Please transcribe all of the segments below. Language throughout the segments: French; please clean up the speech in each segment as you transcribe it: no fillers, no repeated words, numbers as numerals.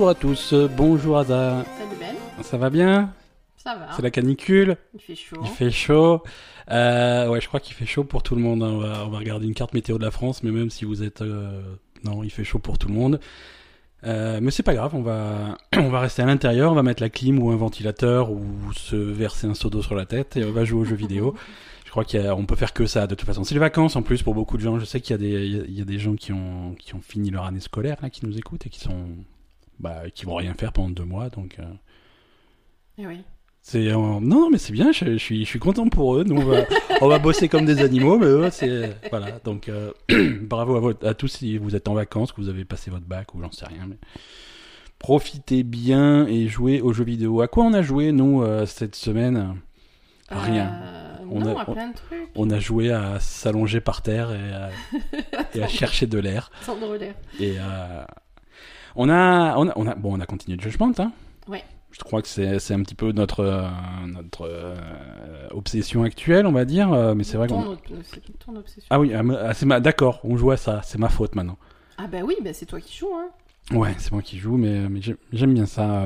Bonjour à tous, bonjour Ada. Salut Ben. Ça va bien? Ça va. C'est la canicule? Il fait chaud. Il fait chaud. Ouais, je crois qu'il fait chaud pour tout le monde. Hein. On va regarder une carte météo de la France, mais même si vous êtes... Non, il fait chaud pour tout le monde. Mais c'est pas grave, on va rester à l'intérieur, on va mettre la clim ou un ventilateur ou se verser un seau d'eau sur la tête et on va jouer aux jeux vidéo. Je crois qu'on peut faire que ça de toute façon. C'est les vacances en plus pour beaucoup de gens. Je sais qu'il y a des gens qui ont fini leur année scolaire là, qui nous écoutent et qui vont rien faire pendant 2 mois. Donc, Eh oui. non, mais c'est bien. Je suis content pour eux. Nous, on va bosser comme des animaux, mais eux, c'est voilà. Donc, bravo à tous si vous êtes en vacances, que vous avez passé votre bac ou j'en sais rien. Mais profitez bien et jouez aux jeux vidéo. À quoi on a joué nous cette semaine? Rien. À plein de trucs. On a joué à s'allonger par terre et à chercher de l'air. Tendre l'air. Et on a continué Judgment, hein. Ouais. Je crois que c'est un petit peu notre obsession actuelle, on va dire. Mais c'est vrai C'est ton obsession. Ah oui, d'accord, on joue à ça. C'est ma faute maintenant. Ah bah oui, c'est toi qui joues, hein. Ouais, c'est moi qui joue, mais j'aime bien ça.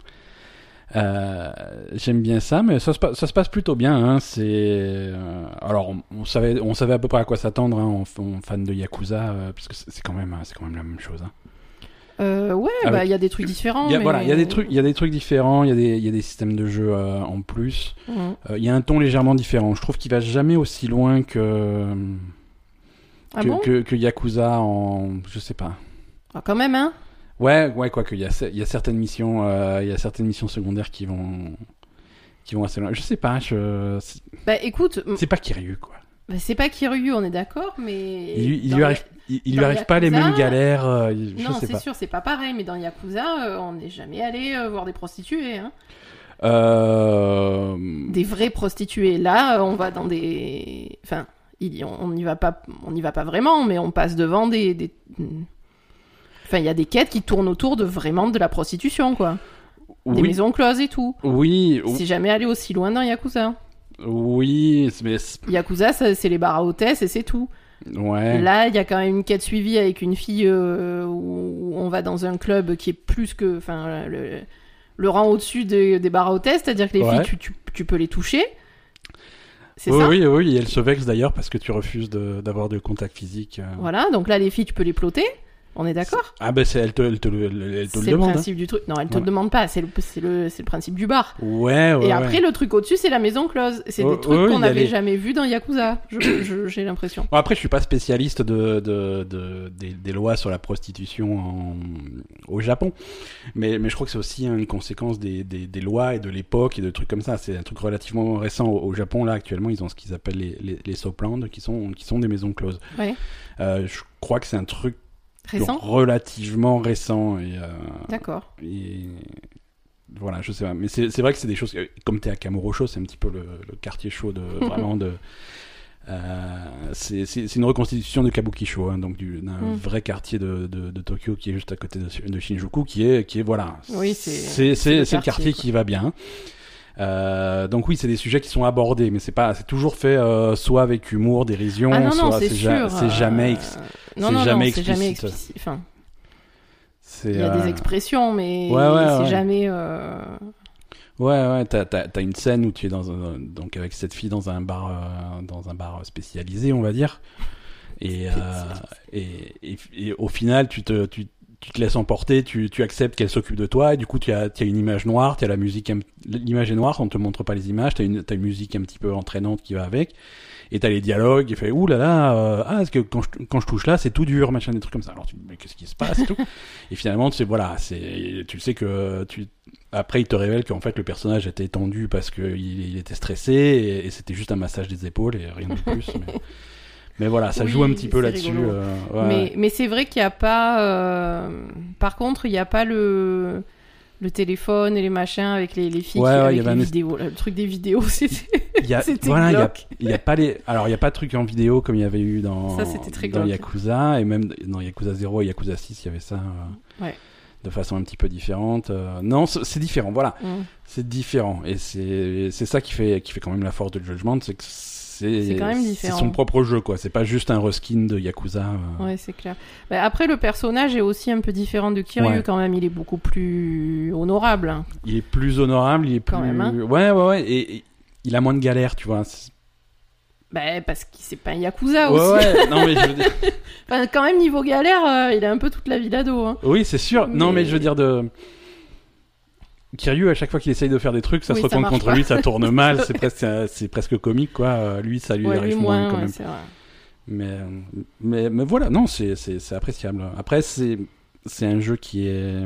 J'aime bien ça, mais ça se passe plutôt bien. Hein. Alors, on savait à peu près à quoi s'attendre hein, en fan de Yakuza, puisque c'est quand même la même chose. Hein. Il y a des trucs différents. Il y a des trucs différents. Il y a des systèmes de jeu en plus. Il y a un ton légèrement différent. Je trouve qu'il va jamais aussi loin que Yakuza je sais pas. Ah, quand même, hein. Ouais, quoi qu'il y a certaines missions, secondaires qui vont assez loin. Je sais pas, écoute, c'est pas Kiryu quoi. C'est pas Kiryu, on est d'accord, mais il lui arrive pas les mêmes galères. Non, c'est sûr, c'est pas pareil, mais dans Yakuza, on n'est jamais allé voir des prostituées, hein. Des vraies prostituées. Là, on va dans des, enfin, on n'y va pas vraiment, mais on passe devant des... Enfin, il y a des quêtes qui tournent autour de la prostitution, quoi. Des maisons closes et tout. Oui. C'est jamais allé aussi loin dans Yakuza. Oui, mais... Yakuza, c'est les bars à hôtesses et c'est tout. Ouais. Là, il y a quand même une quête suivie avec une fille où on va dans un club qui est plus que... Enfin, le rang au-dessus des bars à hôtesses, c'est-à-dire que les filles, tu peux les toucher. C'est ça ? Oui, et elles se vexent d'ailleurs parce que tu refuses d'avoir de contact physique. Voilà, donc là, les filles, tu peux les plotter. On est d'accord ? Ah ben elle te le demande. C'est le principe du truc. Non, elle te le demande pas. C'est le principe du bar. Ouais. Et après, le truc au-dessus, c'est la maison close. C'est des trucs qu'on n'avait jamais vus dans Yakuza. J'ai l'impression. Bon, après, je suis pas spécialiste des lois sur la prostitution au Japon, mais je crois que c'est aussi une conséquence des lois et de l'époque et de trucs comme ça. C'est un truc relativement récent au Japon. Là, actuellement, ils ont ce qu'ils appellent les soaplands, qui sont des maisons closes. Ouais. Je crois que c'est un truc récent, relativement récent d'accord. Et voilà, je sais pas, mais c'est vrai que c'est des choses comme t'es à Kamurocho, c'est un petit peu le quartier chaud de vraiment de c'est une reconstitution de Kabukicho, hein, donc d'un vrai quartier de Tokyo qui est juste à côté de Shinjuku, qui est voilà. Oui, c'est le quartier qui va bien. Donc oui, c'est des sujets qui sont abordés, mais c'est toujours fait soit avec humour, dérision, soit c'est sûr. C'est jamais explicite. Enfin, il y a des expressions, mais c'est jamais. Ouais, t'as une scène où tu es donc avec cette fille dans un bar spécialisé, on va dire, et au final tu te laisses emporter, tu acceptes qu'elle s'occupe de toi, et du coup tu as une image noire, tu as la musique, l'image est noire, on te montre pas les images, t'as une musique un petit peu entraînante qui va avec, et t'as les dialogues, et fait ouh là là, est-ce que quand je touche là c'est tout dur, machin, des trucs comme ça. Alors mais qu'est-ce qui se passe et tout. Et finalement tu sais que après il te révèle qu'en fait le personnage était tendu parce que il était stressé et c'était juste un massage des épaules et rien de plus. Mais voilà, ça joue un petit peu là-dessus. Mais c'est vrai qu'il n'y a pas... Par contre, il n'y a pas le téléphone et les machins avec les filles avec les vidéos. Le truc des vidéos, c'était glauque. Il y a pas alors il y a pas de truc en vidéo comme il y avait eu dans glauque. Yakuza, et même dans Yakuza 0 et Yakuza 6, il y avait ça de façon un petit peu différente. Non, c'est différent, voilà. C'est différent, et c'est ça qui fait quand même la force de Judgment, c'est que C'est quand même différent. C'est son propre jeu, quoi. C'est pas juste un reskin de Yakuza. Ouais, c'est clair. Bah, après, le personnage est aussi un peu différent de Kiryu, quand même. Il est beaucoup plus honorable. Il est plus honorable, il est quand plus... même, hein. Ouais. Et il a moins de galères, tu vois. Bah, parce que c'est pas un Yakuza aussi. Ouais, non, mais je veux dire... Enfin, quand même, niveau galère, il a un peu toute la vie d'ado. Hein. Oui, c'est sûr. Non, mais je veux dire Kiryu, à chaque fois qu'il essaye de faire des trucs, ça se retourne contre lui, ça tourne mal, c'est presque comique, quoi. Lui, ça lui arrive moins, quand même. C'est vrai. Mais voilà, non, c'est appréciable. Après, c'est un jeu qui est...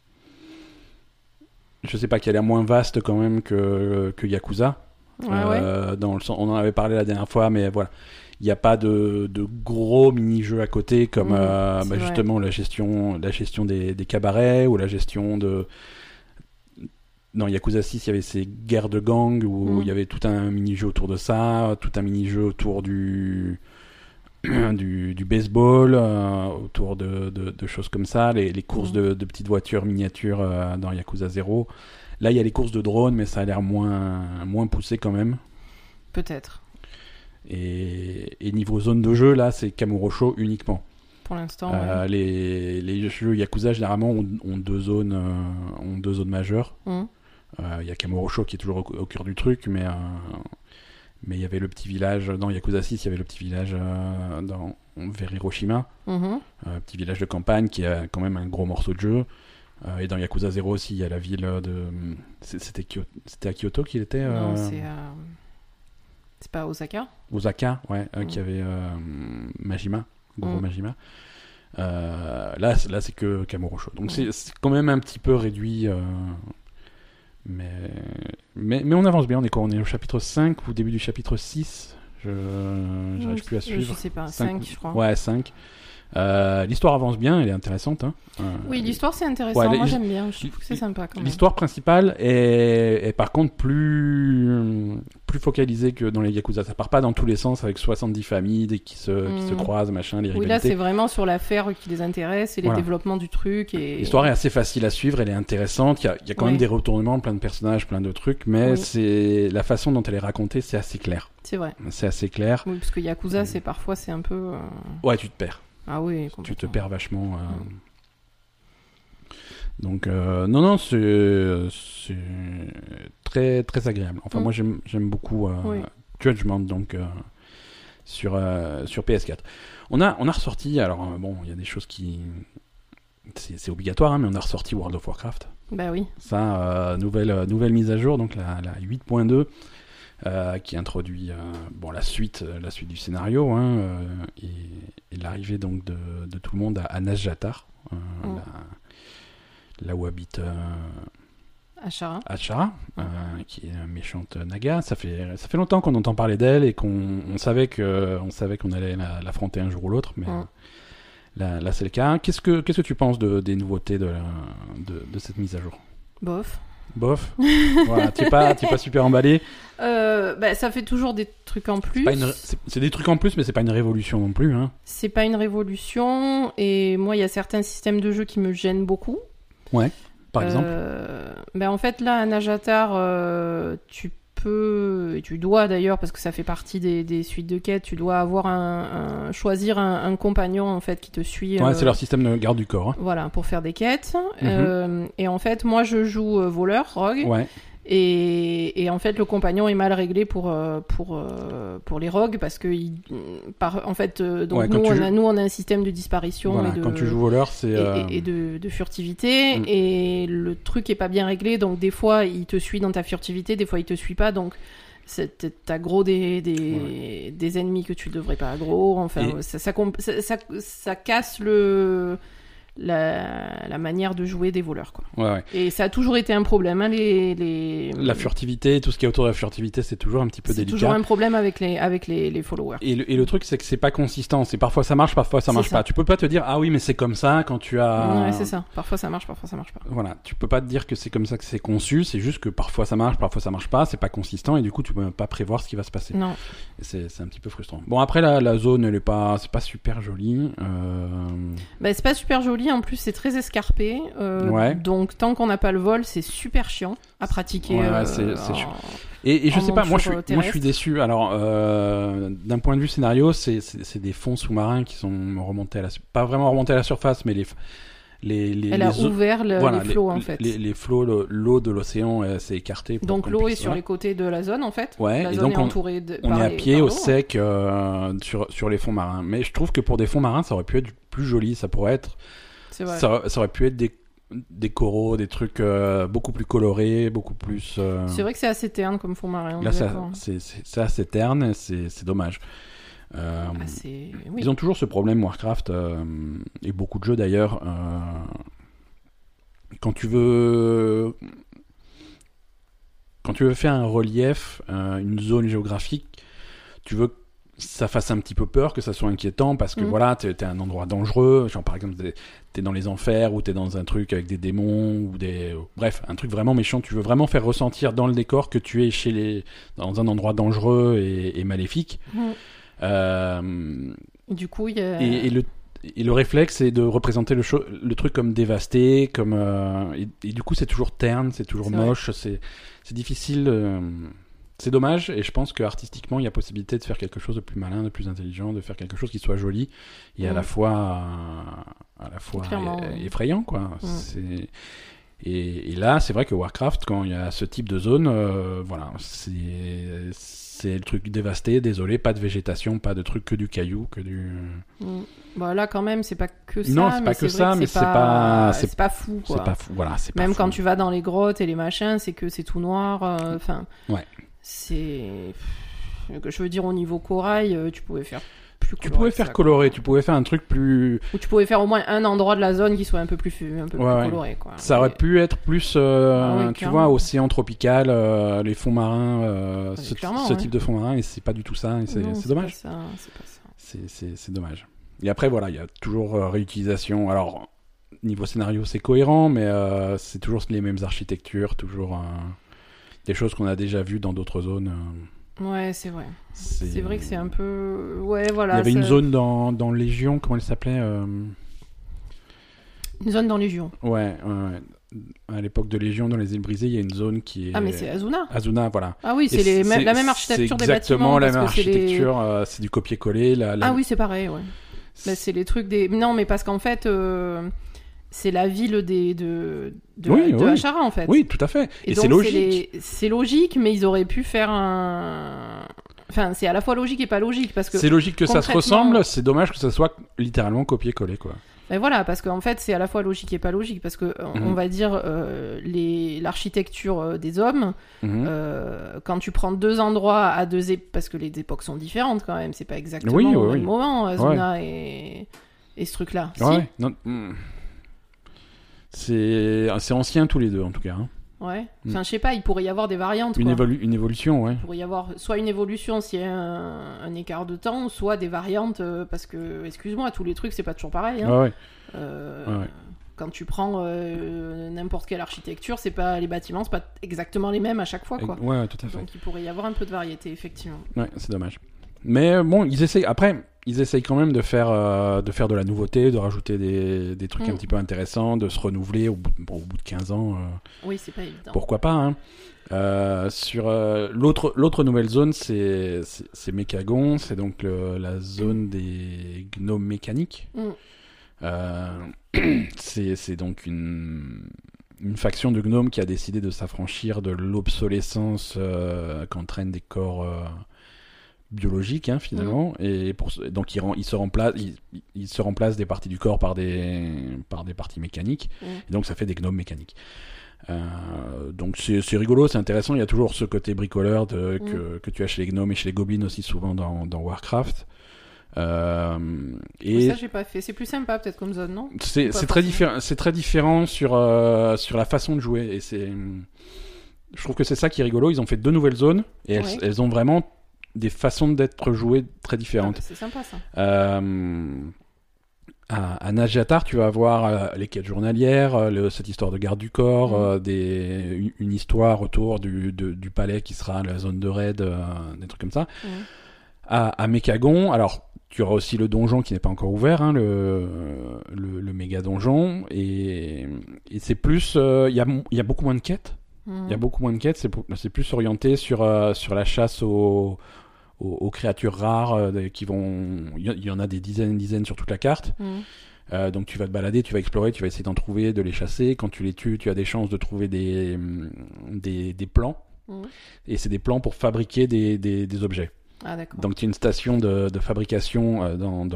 Je sais pas, qui a l'air moins vaste quand même que Yakuza. Dans le sens, on en avait parlé la dernière fois, mais voilà. Il n'y a pas de gros mini-jeux à côté, comme justement la gestion des cabarets, ou la gestion de... Dans Yakuza 6, il y avait ces guerres de gangs, où il y avait tout un mini-jeu autour de ça, tout un mini-jeu autour du baseball, autour de choses comme ça, les courses de petites voitures miniatures dans Yakuza 0. Là, il y a les courses de drones, mais ça a l'air moins poussé quand même. Peut-être. Et niveau zone de jeu, là, c'est Kamurocho uniquement. Pour l'instant, les jeux Yakuza, généralement, ont deux zones majeures. Il y a Kamurocho qui est toujours au cœur du truc, mais il y avait le petit village dans Yakuza 6, il y avait le petit village vers Hiroshima, petit village de campagne qui a quand même un gros morceau de jeu. Et dans Yakuza 0 aussi, il y a la ville de... C'était à Kyoto qu'il était Non, c'est pas Osaka. Osaka, ouais, qui avait Majima, Goro Majima. Là, c'est que Kamurocho. Donc c'est quand même un petit peu réduit... Mais on avance bien, on est quoi ? On est au chapitre 5 ou au début du chapitre 6 j'arrive plus à suivre. Je sais pas, 5 je crois. Ouais, 5. L'histoire avance bien, elle est intéressante. Hein. Oui, l'histoire c'est intéressant, moi j'aime bien, je trouve que c'est sympa quand même. L'histoire principale est par contre plus focalisée que dans les Yakuza. Ça part pas dans tous les sens avec 70 familles qui se croisent, machin, les rivalités. Oui, là c'est vraiment sur l'affaire qui les intéresse et les développements du truc. L'histoire est assez facile à suivre, elle est intéressante, il y a quand même des retournements, plein de personnages, plein de trucs, mais c'est la façon dont elle est racontée, c'est assez clair. C'est vrai. C'est assez clair. Oui, parce que Yakuza, parfois c'est un peu... Ouais, tu te perds. Ah oui, tu te perds vachement. Donc, non, c'est très, très agréable. Enfin, moi, j'aime beaucoup Judgment, donc, sur PS4. On a ressorti, alors, bon, il y a des choses qui... C'est obligatoire, hein, mais on a ressorti World of Warcraft. Bah oui. Ça, nouvelle mise à jour, donc la 8.2. Qui introduit la suite du scénario et l'arrivée donc de tout le monde à Nazjatar, là où habite Ashara, qui est une méchante Naga. Ça fait longtemps qu'on entend parler d'elle et qu'on savait qu'on allait l'affronter un jour ou l'autre, mais là c'est le cas. Qu'est-ce que tu penses des nouveautés de cette mise à jour ? Bof. Voilà, t'es pas super emballé. Ça fait toujours des trucs en plus. C'est des trucs en plus, mais c'est pas une révolution non plus. Hein. C'est pas une révolution, et moi, il y a certains systèmes de jeu qui me gênent beaucoup. Ouais, par exemple. En fait, là, à Nazjatar, tu peux, et tu dois d'ailleurs, parce que ça fait partie des suites de quêtes, tu dois avoir choisir un compagnon en fait qui te suit. Ouais, c'est leur système de garde du corps. Hein. Voilà, pour faire des quêtes. Et en fait, moi, je joue voleur, rogue. Ouais. Et en fait, le compagnon est mal réglé pour les rogues parce que nous on a un système de disparition. Voilà, quand tu joues voleur, c'est et de furtivité et le truc est pas bien réglé, donc des fois il te suit dans ta furtivité, des fois il te suit pas, donc t'as gros des ennemis que tu devrais pas aggro. Enfin, ça casse la manière de jouer des voleurs, quoi. Ouais. Et ça a toujours été un problème, hein, la furtivité, tout ce qui est autour de la furtivité, c'est toujours un petit peu délicat. C'est toujours un problème avec les followers. Et le truc, c'est que c'est pas consistant. C'est parfois ça marche, parfois ça marche pas. Tu peux pas te dire ah oui, mais c'est comme ça quand tu as. Ouais, c'est ça. Parfois ça marche, parfois ça marche pas. Voilà, tu peux pas te dire que c'est comme ça que c'est conçu. C'est juste que parfois ça marche pas. C'est pas consistant et du coup tu peux pas prévoir ce qui va se passer. Non. Et c'est un petit peu frustrant. Bon, après la zone, c'est pas super joli. C'est pas super joli. En plus, c'est très escarpé. Donc, tant qu'on n'a pas le vol, c'est super chiant à pratiquer. C'est chiant. Et je sais pas, moi je suis terrestre. déçu. Alors, d'un point de vue scénario, c'est des fonds sous-marins qui sont remontés pas vraiment remontés à la surface, mais Elle a ouvert voilà, les flots, en fait. les flots, l'eau de l'océan s'est écartée. Donc l'eau est sur les côtés de la zone, en fait. Ouais, la et zone donc est entourée on est à pied par au l'eau. sec sur les fonds marins. Mais je trouve que pour des fonds marins, ça aurait pu être plus joli. Ça pourrait être, C'est vrai. ça aurait pu être des coraux, des trucs beaucoup plus colorés, beaucoup plus. C'est vrai que c'est assez terne comme fond marin. Là, c'est assez terne, c'est dommage. Oui. Ils ont toujours ce problème, Warcraft, et beaucoup de jeux d'ailleurs. Quand tu veux faire un relief, une zone géographique, tu veux que ça fasse un petit peu peur, que ça soit inquiétant, parce que voilà, t'es à un endroit dangereux, genre par exemple t'es dans les enfers, ou t'es dans un truc avec des démons, ou bref, un truc vraiment méchant. Tu veux vraiment faire ressentir dans le décor que tu es dans un endroit dangereux et maléfique. Du coup, il y a... Et le réflexe, c'est de représenter le truc comme dévasté, comme et du coup, c'est toujours terne, c'est toujours moche, c'est difficile. C'est dommage, et je pense que artistiquement, il y a possibilité de faire quelque chose de plus malin, de plus intelligent, de faire quelque chose qui soit joli et à la fois effrayant, quoi. Et là, c'est vrai que Warcraft, quand il y a ce type de zone, voilà, c'est le truc dévasté, désolé, pas de végétation, pas de truc, que du caillou, que du... Bah là, quand même, c'est pas que ça. Non, c'est pas que ça, mais c'est pas fou, quoi. C'est pas fou, voilà, c'est pas même fou. quand tu vas dans les grottes et les machins, c'est que c'est tout noir, enfin... ouais. C'est... Je veux dire, au niveau corail, tu pouvais faire plus coloré. Tu pouvais faire coloré, tu pouvais faire un truc plus... Ou tu pouvais faire au moins un endroit de la zone qui soit un peu plus coloré, quoi. Ça aurait pu être plus, tu vois, océan tropical, les fonds marins, ce type de fonds marins, et c'est pas du tout ça, et c'est dommage. C'est pas ça. C'est dommage. Et après, voilà, il y a toujours réutilisation. Alors, niveau scénario, c'est cohérent, mais c'est toujours les mêmes architectures, toujours des choses qu'on a déjà vues dans d'autres zones. Ouais, c'est vrai. C'est vrai que c'est un peu... Ouais, voilà. Il y avait une zone dans Légion, comment elle s'appelait Une zone dans Légion. Ouais. À l'époque de Légion, dans les îles brisées, il y a une zone qui est... Ah, mais c'est Azuna. Azuna, voilà. Ah oui, c'est la même architecture des bâtiments. C'est exactement la même architecture, c'est du copier-coller. Ah oui, c'est pareil, ouais. Bah, c'est les trucs des... Non, mais parce qu'en fait... c'est la ville de Ashara, en fait. Oui, tout à fait. Et donc, c'est logique. C'est logique, mais ils auraient pu faire un... Enfin, c'est à la fois logique et pas logique, parce que... C'est logique que ça se ressemble, c'est dommage que ça soit littéralement copier-coller, quoi. Ben voilà, parce qu'en fait, c'est à la fois logique et pas logique, parce que, on va dire, l'architecture des hommes, quand tu prends deux endroits à parce que les époques sont différentes, quand même, c'est pas exactement au même moment, Azuna et ce truc-là. Ouais, si. Non, c'est ancien tous les deux, en tout cas. Hein. Ouais. Enfin, je sais pas, il pourrait y avoir des variantes. Une évolution, ouais. Il pourrait y avoir soit une évolution s'il y a un écart de temps, soit des variantes, parce que, excuse-moi, tous les trucs, c'est pas toujours pareil. Hein. Ouais. Quand tu prends n'importe quelle architecture, les bâtiments, c'est pas exactement les mêmes à chaque fois, quoi. Ouais, tout à fait. Donc il pourrait y avoir un peu de variété, effectivement. Ouais, c'est dommage. Mais bon, ils essayent quand même de faire de la nouveauté, de rajouter des trucs un petit peu intéressants, de se renouveler au bout de 15 ans. Oui, c'est pas évident. Pourquoi pas, hein. Sur l'autre nouvelle zone, c'est Mechagon, c'est donc la zone des gnomes mécaniques. C'est donc une faction de gnomes qui a décidé de s'affranchir de l'obsolescence qu'entraînent des corps biologiques, hein, finalement, et donc ils se remplacent des parties du corps par des parties mécaniques, et donc ça fait des gnomes mécaniques. Donc c'est rigolo, c'est intéressant. Il y a toujours ce côté bricoleur que tu as chez les gnomes et chez les gobelins aussi souvent dans Warcraft. Et ça j'ai pas fait. C'est plus sympa peut-être comme zone, non? C'est très différent. C'est très différent sur la façon de jouer, et je trouve que c'est ça qui est rigolo. Ils ont fait 2 nouvelles zones et elles ont vraiment des façons d'être jouées très différentes. C'est sympa ça. À Najatar, tu vas avoir les quêtes journalières, cette histoire de garde du corps, une histoire autour du palais qui sera la zone de raid, des trucs comme ça. À Mechagon, alors tu auras aussi le donjon qui n'est pas encore ouvert, hein, le méga donjon, et c'est plus, il y a beaucoup moins de quêtes. Il y a beaucoup moins de quêtes, c'est plus orienté sur la chasse aux créatures rares qui vont... Il y en a des dizaines sur toute la carte. Donc tu vas te balader, tu vas explorer, tu vas essayer d'en trouver, de les chasser. Quand tu les tues, tu as des chances de trouver des plans. Et c'est des plans pour fabriquer des objets. Ah, d'accord. Donc tu as une station de fabrication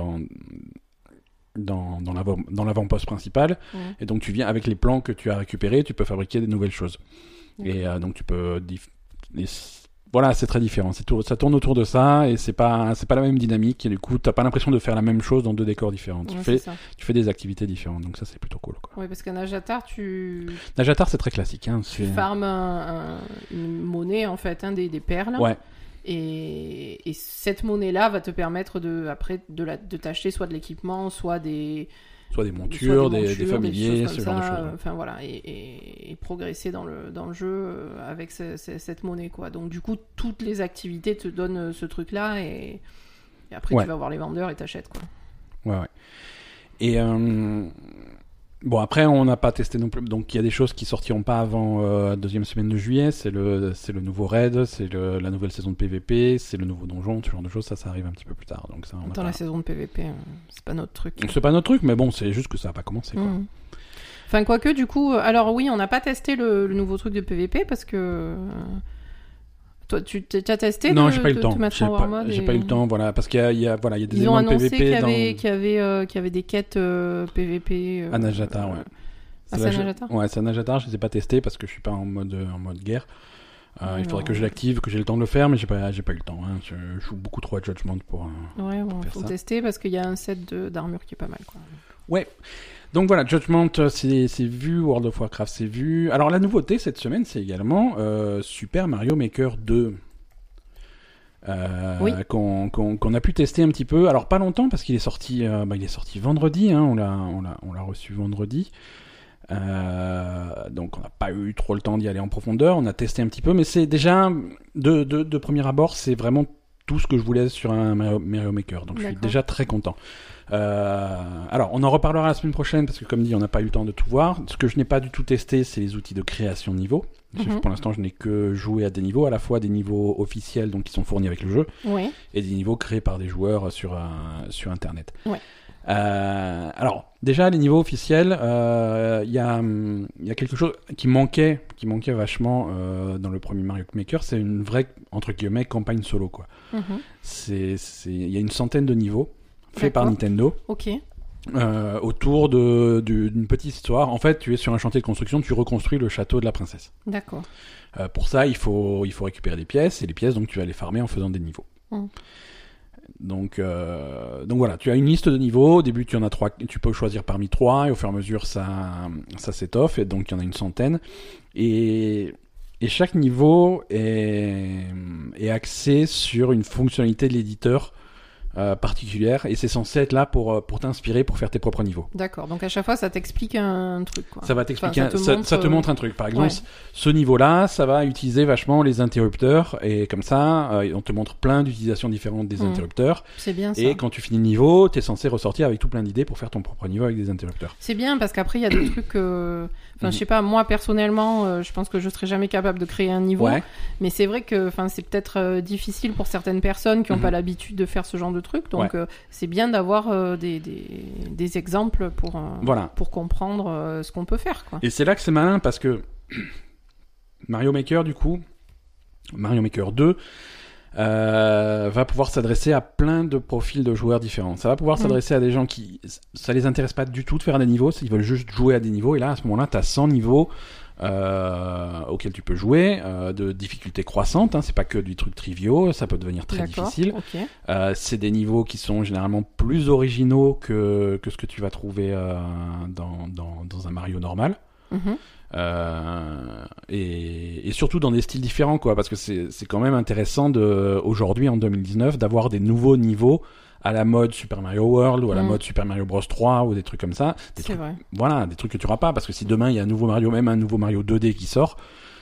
dans l'avant-poste principal. Et donc tu viens avec les plans que tu as récupérés, tu peux fabriquer des nouvelles choses. Et donc tu peux... Voilà, c'est très différent. Ça tourne autour de ça et c'est pas la même dynamique. Et du coup, t'as pas l'impression de faire la même chose dans deux décors différents. Tu fais des activités différentes. Donc ça, c'est plutôt cool, quoi. Oui, parce qu'à Najatar, Najatar, c'est très classique. Hein. Tu farmes une monnaie, en fait, des perles. Ouais. Et cette monnaie-là va te permettre de t'acheter soit de l'équipement, soit des montures, des familiers, ce genre de choses. Enfin voilà, et progresser dans le jeu avec cette monnaie, quoi. Donc du coup, toutes les activités te donnent ce truc-là, et après tu vas voir les vendeurs et t'achètes, quoi. Ouais. Et bon, après, on n'a pas testé non plus. Donc il y a des choses qui sortiront pas avant la deuxième semaine de juillet. C'est le nouveau raid, c'est la nouvelle saison de PVP, c'est le nouveau donjon, ce genre de choses. Ça arrive un petit peu plus tard. Donc ça, la saison de PVP, c'est pas notre truc. C'est pas notre truc, mais bon, c'est juste que ça a pas commencé, quoi. Enfin, quoique, du coup, alors oui, on n'a pas testé le nouveau truc de PVP parce que... Toi, tu as testé? Non, j'ai pas eu le temps. J'ai pas eu le temps, voilà, parce qu'il y a des Ils éléments ont de annoncé PVP qu'il y avait des quêtes PVP. À Najatar, ouais. C'est à Najatar? Ouais, c'est à Najatar. Je les ai pas testés parce que je suis pas en mode guerre. Il faudrait que je l'active, que j'ai le temps de le faire, mais j'ai pas eu le temps. Hein. Je joue beaucoup trop à Judgment pour. Ouais, faut tester parce qu'il y a un set d'armure qui est pas mal, quoi. Ouais. Donc voilà, Judgment, c'est vu, World of Warcraft, c'est vu. Alors la nouveauté cette semaine, c'est également Super Mario Maker 2. Qu'on a pu tester un petit peu. Alors pas longtemps parce qu'il est sorti, vendredi. Hein, on l'a reçu vendredi. Donc on n'a pas eu trop le temps d'y aller en profondeur. On a testé un petit peu, mais c'est déjà de premier abord, c'est vraiment tout ce que je voulais sur un Mario Maker. Donc je suis déjà très content. Alors, on en reparlera la semaine prochaine parce que, comme dit, on n'a pas eu le temps de tout voir. Ce que je n'ai pas du tout testé, c'est les outils de création de niveaux. Pour l'instant, je n'ai que joué à des niveaux, à la fois des niveaux officiels, donc qui sont fournis avec le jeu, et des niveaux créés par des joueurs sur Internet. Ouais. Alors, déjà, les niveaux officiels, il y a quelque chose qui manquait vachement dans le premier Mario Maker, c'est une vraie, entre guillemets, campagne solo, quoi. Il y a une centaine de niveaux faits par Nintendo. Ok. Autour d'une petite histoire. En fait, tu es sur un chantier de construction, tu reconstruis le château de la princesse. D'accord. Pour ça, il faut récupérer des pièces, et les pièces, donc tu vas les farmer en faisant des niveaux. Donc voilà, tu as une liste de niveaux. Au début, tu en as 3, tu peux choisir parmi 3, et au fur et à mesure, ça s'étoffe, et donc il y en a une centaine. Et chaque niveau est axé sur une fonctionnalité de l'éditeur particulière, et c'est censé être là pour t'inspirer pour faire tes propres niveaux. D'accord, donc à chaque fois ça t'explique un truc, quoi. Ça va t'expliquer, ça te montre un truc. Par exemple, ce niveau-là, ça va utiliser vachement les interrupteurs, et comme ça, on te montre plein d'utilisations différentes des interrupteurs. C'est bien ça. Et quand tu finis le niveau, t'es censé ressortir avec tout plein d'idées pour faire ton propre niveau avec des interrupteurs. C'est bien parce qu'après il y a des trucs. Enfin, je sais pas, moi personnellement, je pense que je serais jamais capable de créer un niveau. Mais c'est vrai que, c'est peut-être difficile pour certaines personnes qui n'ont pas l'habitude de faire ce genre de trucs. Donc c'est bien d'avoir des exemples pour comprendre ce qu'on peut faire, quoi. Et c'est là que c'est malin parce que Mario Maker 2 va pouvoir s'adresser à plein de profils de joueurs différents. Ça va pouvoir s'adresser à des gens qui ça les intéresse pas du tout de faire des niveaux, ils veulent juste jouer à des niveaux, et là à ce moment-là tu as 100 niveaux auxquels tu peux jouer, de difficulté croissante, hein, c'est pas que du truc triviaux, ça peut devenir très difficile. C'est des niveaux qui sont généralement plus originaux que ce que tu vas trouver dans un Mario normal. Et surtout dans des styles différents, quoi, parce que c'est quand même intéressant aujourd'hui en 2019 d'avoir des nouveaux niveaux à la mode Super Mario World ou à la mode Super Mario Bros 3 ou des trucs comme ça. Des trucs que tu n'auras pas, parce que si demain il y a un nouveau Mario, même un nouveau Mario 2D qui sort,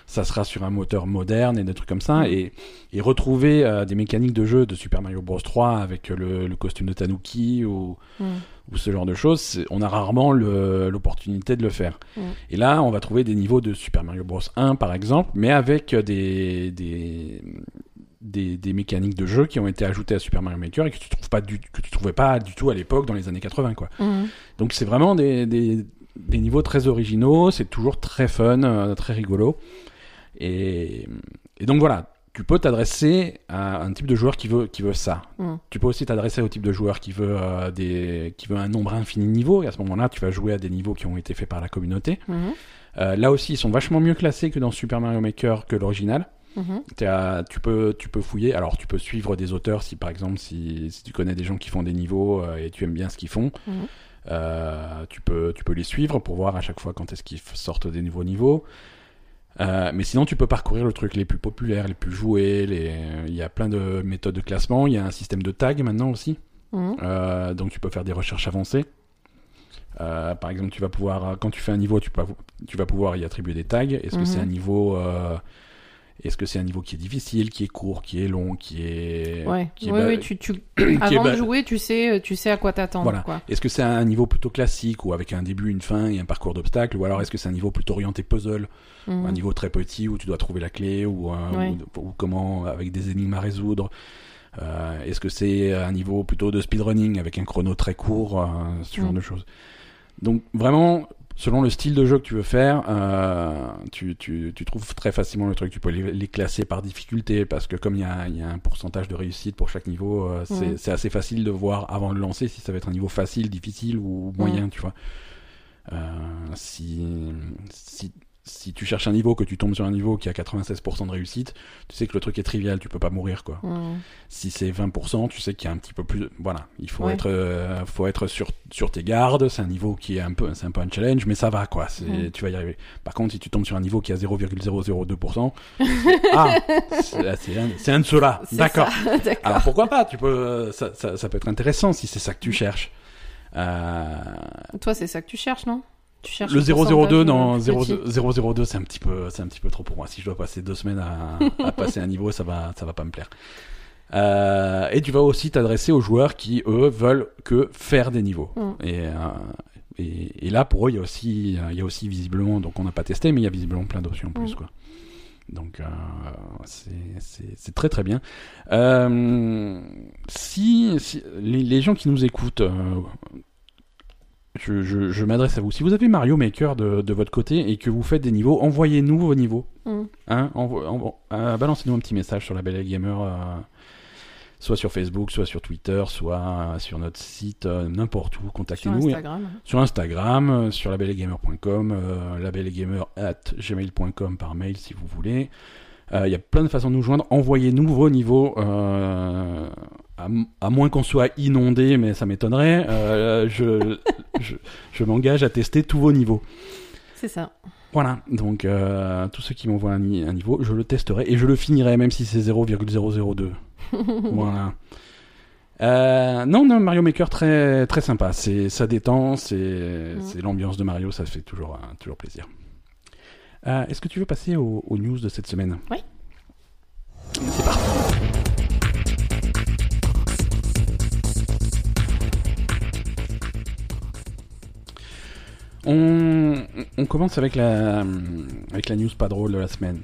ça sera sur un moteur moderne et des trucs comme ça, et retrouver des mécaniques de jeu de Super Mario Bros 3 avec le costume de Tanuki ou ce genre de choses, on a rarement l'opportunité de le faire. Et là, on va trouver des niveaux de Super Mario Bros 1 par exemple, mais avec des mécaniques de jeu qui ont été ajoutées à Super Mario Maker et que tu trouvais pas du tout à l'époque dans les années 80 quoi. Donc c'est vraiment des niveaux très originaux, c'est toujours très fun, très rigolo. Et donc voilà, tu peux t'adresser à un type de joueur qui veut ça. Tu peux aussi t'adresser au type de joueur qui veut un nombre infini de niveaux, et à ce moment-là, tu vas jouer à des niveaux qui ont été faits par la communauté. Là aussi, ils sont vachement mieux classés que dans Super Mario Maker que l'original. Tu peux fouiller, alors tu peux suivre des auteurs si par exemple si tu connais des gens qui font des niveaux et tu aimes bien ce qu'ils font, tu peux les suivre pour voir à chaque fois quand est-ce qu'ils sortent des nouveaux niveaux, mais sinon tu peux parcourir le truc les plus populaires, les plus joués, il y a plein de méthodes de classement, il y a un système de tag maintenant aussi, donc tu peux faire des recherches avancées. Par exemple, tu vas pouvoir, quand tu fais un niveau, tu vas pouvoir y attribuer des tags. Est-ce que c'est un niveau qui est difficile, qui est court, qui est long, qui est... Oui, avant de jouer, tu sais à quoi t'attendre. Voilà. Quoi. Est-ce que c'est un niveau plutôt classique, ou avec un début, une fin et un parcours d'obstacles, ou alors est-ce que c'est un niveau plutôt orienté puzzle, ou un niveau très petit où tu dois trouver la clé, ou comment, avec des énigmes à résoudre. Est-ce que c'est un niveau plutôt de speedrunning, avec un chrono très court, ce genre de choses. Donc vraiment... Selon le style de jeu que tu veux faire, tu trouves très facilement le truc. Tu peux les classer par difficulté, parce que comme il y a un pourcentage de réussite pour chaque niveau, c'est assez facile de voir avant de le lancer si ça va être un niveau facile, difficile ou moyen, tu vois. Si tu cherches un niveau, que tu tombes sur un niveau qui a 96% de réussite, tu sais que le truc est trivial, tu peux pas mourir, quoi. Si c'est 20%, tu sais qu'il y a un petit peu plus... Voilà, il faut être sur tes gardes, c'est un niveau qui est un peu un challenge, mais ça va, quoi, tu vas y arriver. Par contre, si tu tombes sur un niveau qui a 0,002%, c'est un de ceux-là, d'accord. Alors pourquoi pas, ça peut être intéressant si c'est ça que tu cherches. Toi, c'est ça que tu cherches, non? Le 002, non, 002, c'est un petit peu trop pour moi. Si je dois passer 2 semaines à passer un niveau, ça va pas me plaire. Et tu vas aussi t'adresser aux joueurs qui, eux, veulent que faire des niveaux. Et là, pour eux, il y a aussi visiblement, donc on n'a pas testé, mais il y a visiblement plein d'options en plus, quoi. Donc, c'est très très bien. Si les gens qui nous écoutent, je m'adresse à vous. Si vous avez Mario Maker de votre côté et que vous faites des niveaux, envoyez-nous vos niveaux. Balancez-nous un petit message sur La Belle et Gamer, soit sur Facebook, soit sur Twitter, soit sur notre site, n'importe où. Contactez-nous. Sur Instagram, sur labellegamer.com, labellegamer@gmail.com par mail si vous voulez. Il y a plein de façons de nous joindre. Envoyez-nous vos niveaux, à moins qu'on soit inondé, mais ça m'étonnerait. Je m'engage à tester tous vos niveaux. C'est ça. Voilà, donc tous ceux qui m'envoient un niveau, je le testerai et je le finirai, même si c'est 0,002. Voilà. Non, Mario Maker très très sympa. Ça détend, c'est l'ambiance de Mario, ça fait toujours plaisir. Est-ce que tu veux passer aux news de cette semaine ? Oui. C'est parti. On commence avec la news pas drôle de la semaine.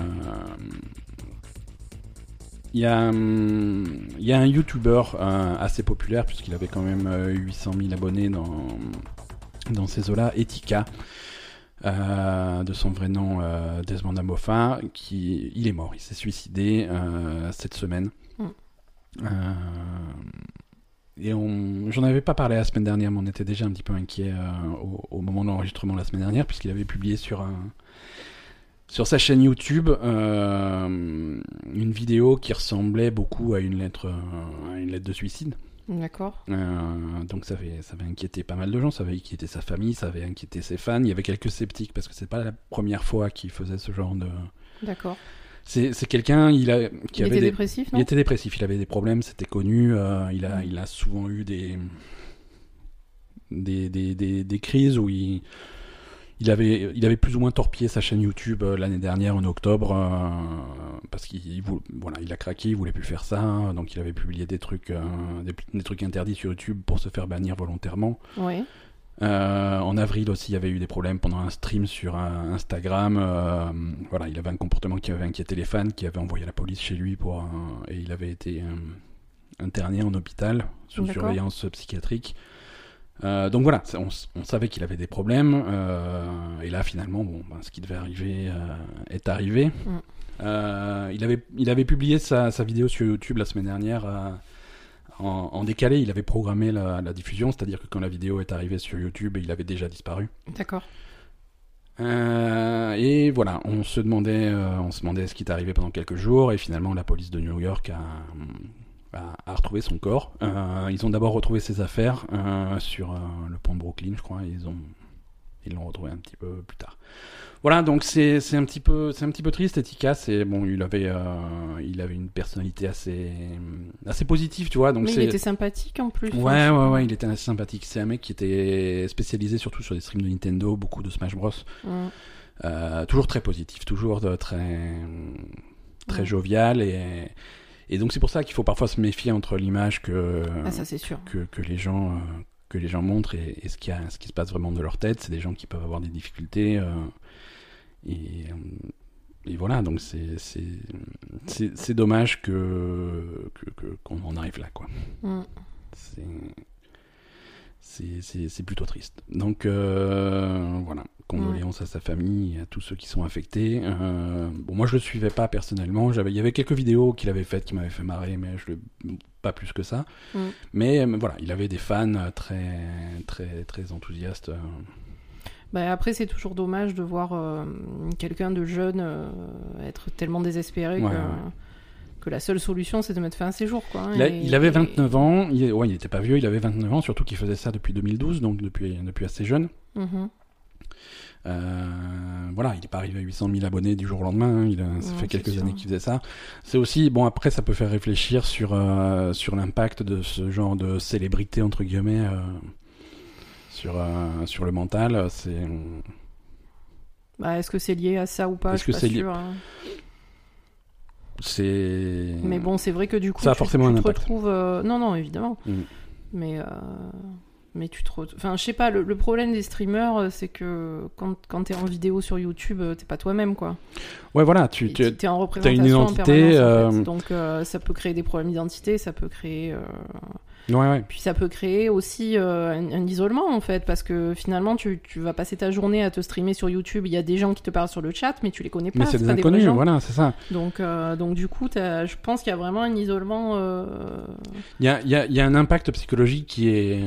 Il y a un YouTuber assez populaire, puisqu'il avait quand même 800 000 abonnés dans ces eaux-là, Etika, de son vrai nom Desmond Amofa, il est mort, il s'est suicidé cette semaine. Et j'en avais pas parlé la semaine dernière, mais on était déjà un petit peu inquiet au moment de l'enregistrement la semaine dernière, puisqu'il avait publié sur sa chaîne YouTube une vidéo qui ressemblait beaucoup à une lettre de suicide. D'accord. Donc ça avait inquiété pas mal de gens, ça avait inquiété sa famille, ça avait inquiété ses fans. Il y avait quelques sceptiques parce que c'est pas la première fois qu'il faisait ce genre de... D'accord. C'est quelqu'un il était dépressif, non ? Il était dépressif, il avait des problèmes, c'était connu. Il a souvent eu des crises où il il avait plus ou moins torpillé sa chaîne YouTube l'année dernière en octobre parce il a craqué, il voulait plus faire ça, donc il avait publié des trucs interdits sur YouTube pour se faire bannir volontairement. Oui. En avril aussi, il y avait eu des problèmes pendant un stream sur Instagram. Il avait un comportement qui avait inquiété les fans, qui avait envoyé la police chez lui et il avait été interné en hôpital sous surveillance psychiatrique. Donc voilà, on savait qu'il avait des problèmes, et là finalement, ce qui devait arriver est arrivé. Il avait publié sa vidéo sur YouTube la semaine dernière en décalé. Il avait programmé la diffusion, c'est-à-dire que quand la vidéo est arrivée sur YouTube, il avait déjà disparu. D'accord. Et voilà, on se demandait ce qui était arrivé pendant quelques jours, et finalement la police de New York a retrouvé son corps. Ils ont d'abord retrouvé ses affaires sur le pont de Brooklyn, je crois. Ils l'ont retrouvé un petit peu plus tard. Voilà, donc c'est un petit peu triste, efficace. Et bon, il avait une personnalité assez positive, tu vois. Donc il était sympathique en plus. Ouais, il était assez sympathique. C'est un mec qui était spécialisé surtout sur des streams de Nintendo, beaucoup de Smash Bros. Toujours très positif, toujours très jovial et donc c'est pour ça qu'il faut parfois se méfier entre l'image ça c'est sûr. que les gens montrent et ce qui se passe vraiment de leur tête. C'est des gens qui peuvent avoir des difficultés et voilà, donc c'est dommage qu'on en arrive là, quoi. C'est plutôt triste. Donc voilà, condoléances à sa famille et à tous ceux qui sont affectés. Moi je le suivais pas personnellement. Il y avait quelques vidéos qu'il avait faites qui m'avaient fait marrer, mais pas plus que ça. Mais voilà, il avait des fans très très très enthousiastes. Après, c'est toujours dommage de voir quelqu'un de jeune être tellement désespéré que la seule solution, c'est de mettre fin à ses jours, quoi. Il avait 29 ans, il était pas vieux, il avait 29 ans, surtout qu'il faisait ça depuis 2012, donc depuis assez jeune. Il n'est pas arrivé à 800 000 abonnés du jour au lendemain, ça fait quelques années qu'il faisait ça. C'est aussi, après ça peut faire réfléchir sur l'impact de ce genre de célébrité, entre guillemets, sur le mental. Est-ce que c'est lié à ça ou pas? Je suis pas sûre, hein. Mais bon, c'est vrai que du coup, ça a forcément un impact. Retrouves... Non, évidemment. Mais tu te retrouves... Enfin, je sais pas, le problème des streamers, c'est que quand t'es en vidéo sur YouTube, t'es pas toi-même, quoi. Ouais, voilà, t'es en représentation, t'as une identité, en permanence, en fait. Donc, ça peut créer des problèmes d'identité, ça peut créer... Ouais. Puis ça peut créer aussi un isolement, en fait, parce que finalement, tu vas passer ta journée à te streamer sur YouTube. Il y a des gens qui te parlent sur le chat, mais tu les connais pas. Mais c'est des inconnus, voilà, c'est ça. Donc du coup, je pense qu'il y a vraiment un isolement. Il y a un impact psychologique qui est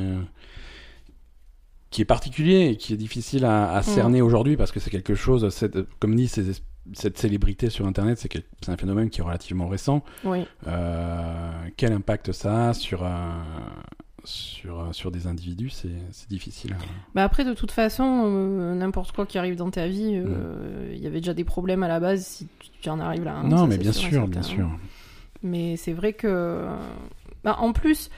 particulier et qui est difficile à cerner aujourd'hui, parce que c'est quelque chose, comme dit, cette célébrité sur Internet, c'est un phénomène qui est relativement récent. Oui. Quel impact ça a sur des individus, c'est difficile. Après, de toute façon, n'importe quoi qui arrive dans ta vie, il y avait déjà des problèmes à la base si tu en arrives là. Non, mais bien sûr. Mais c'est vrai que... en plus...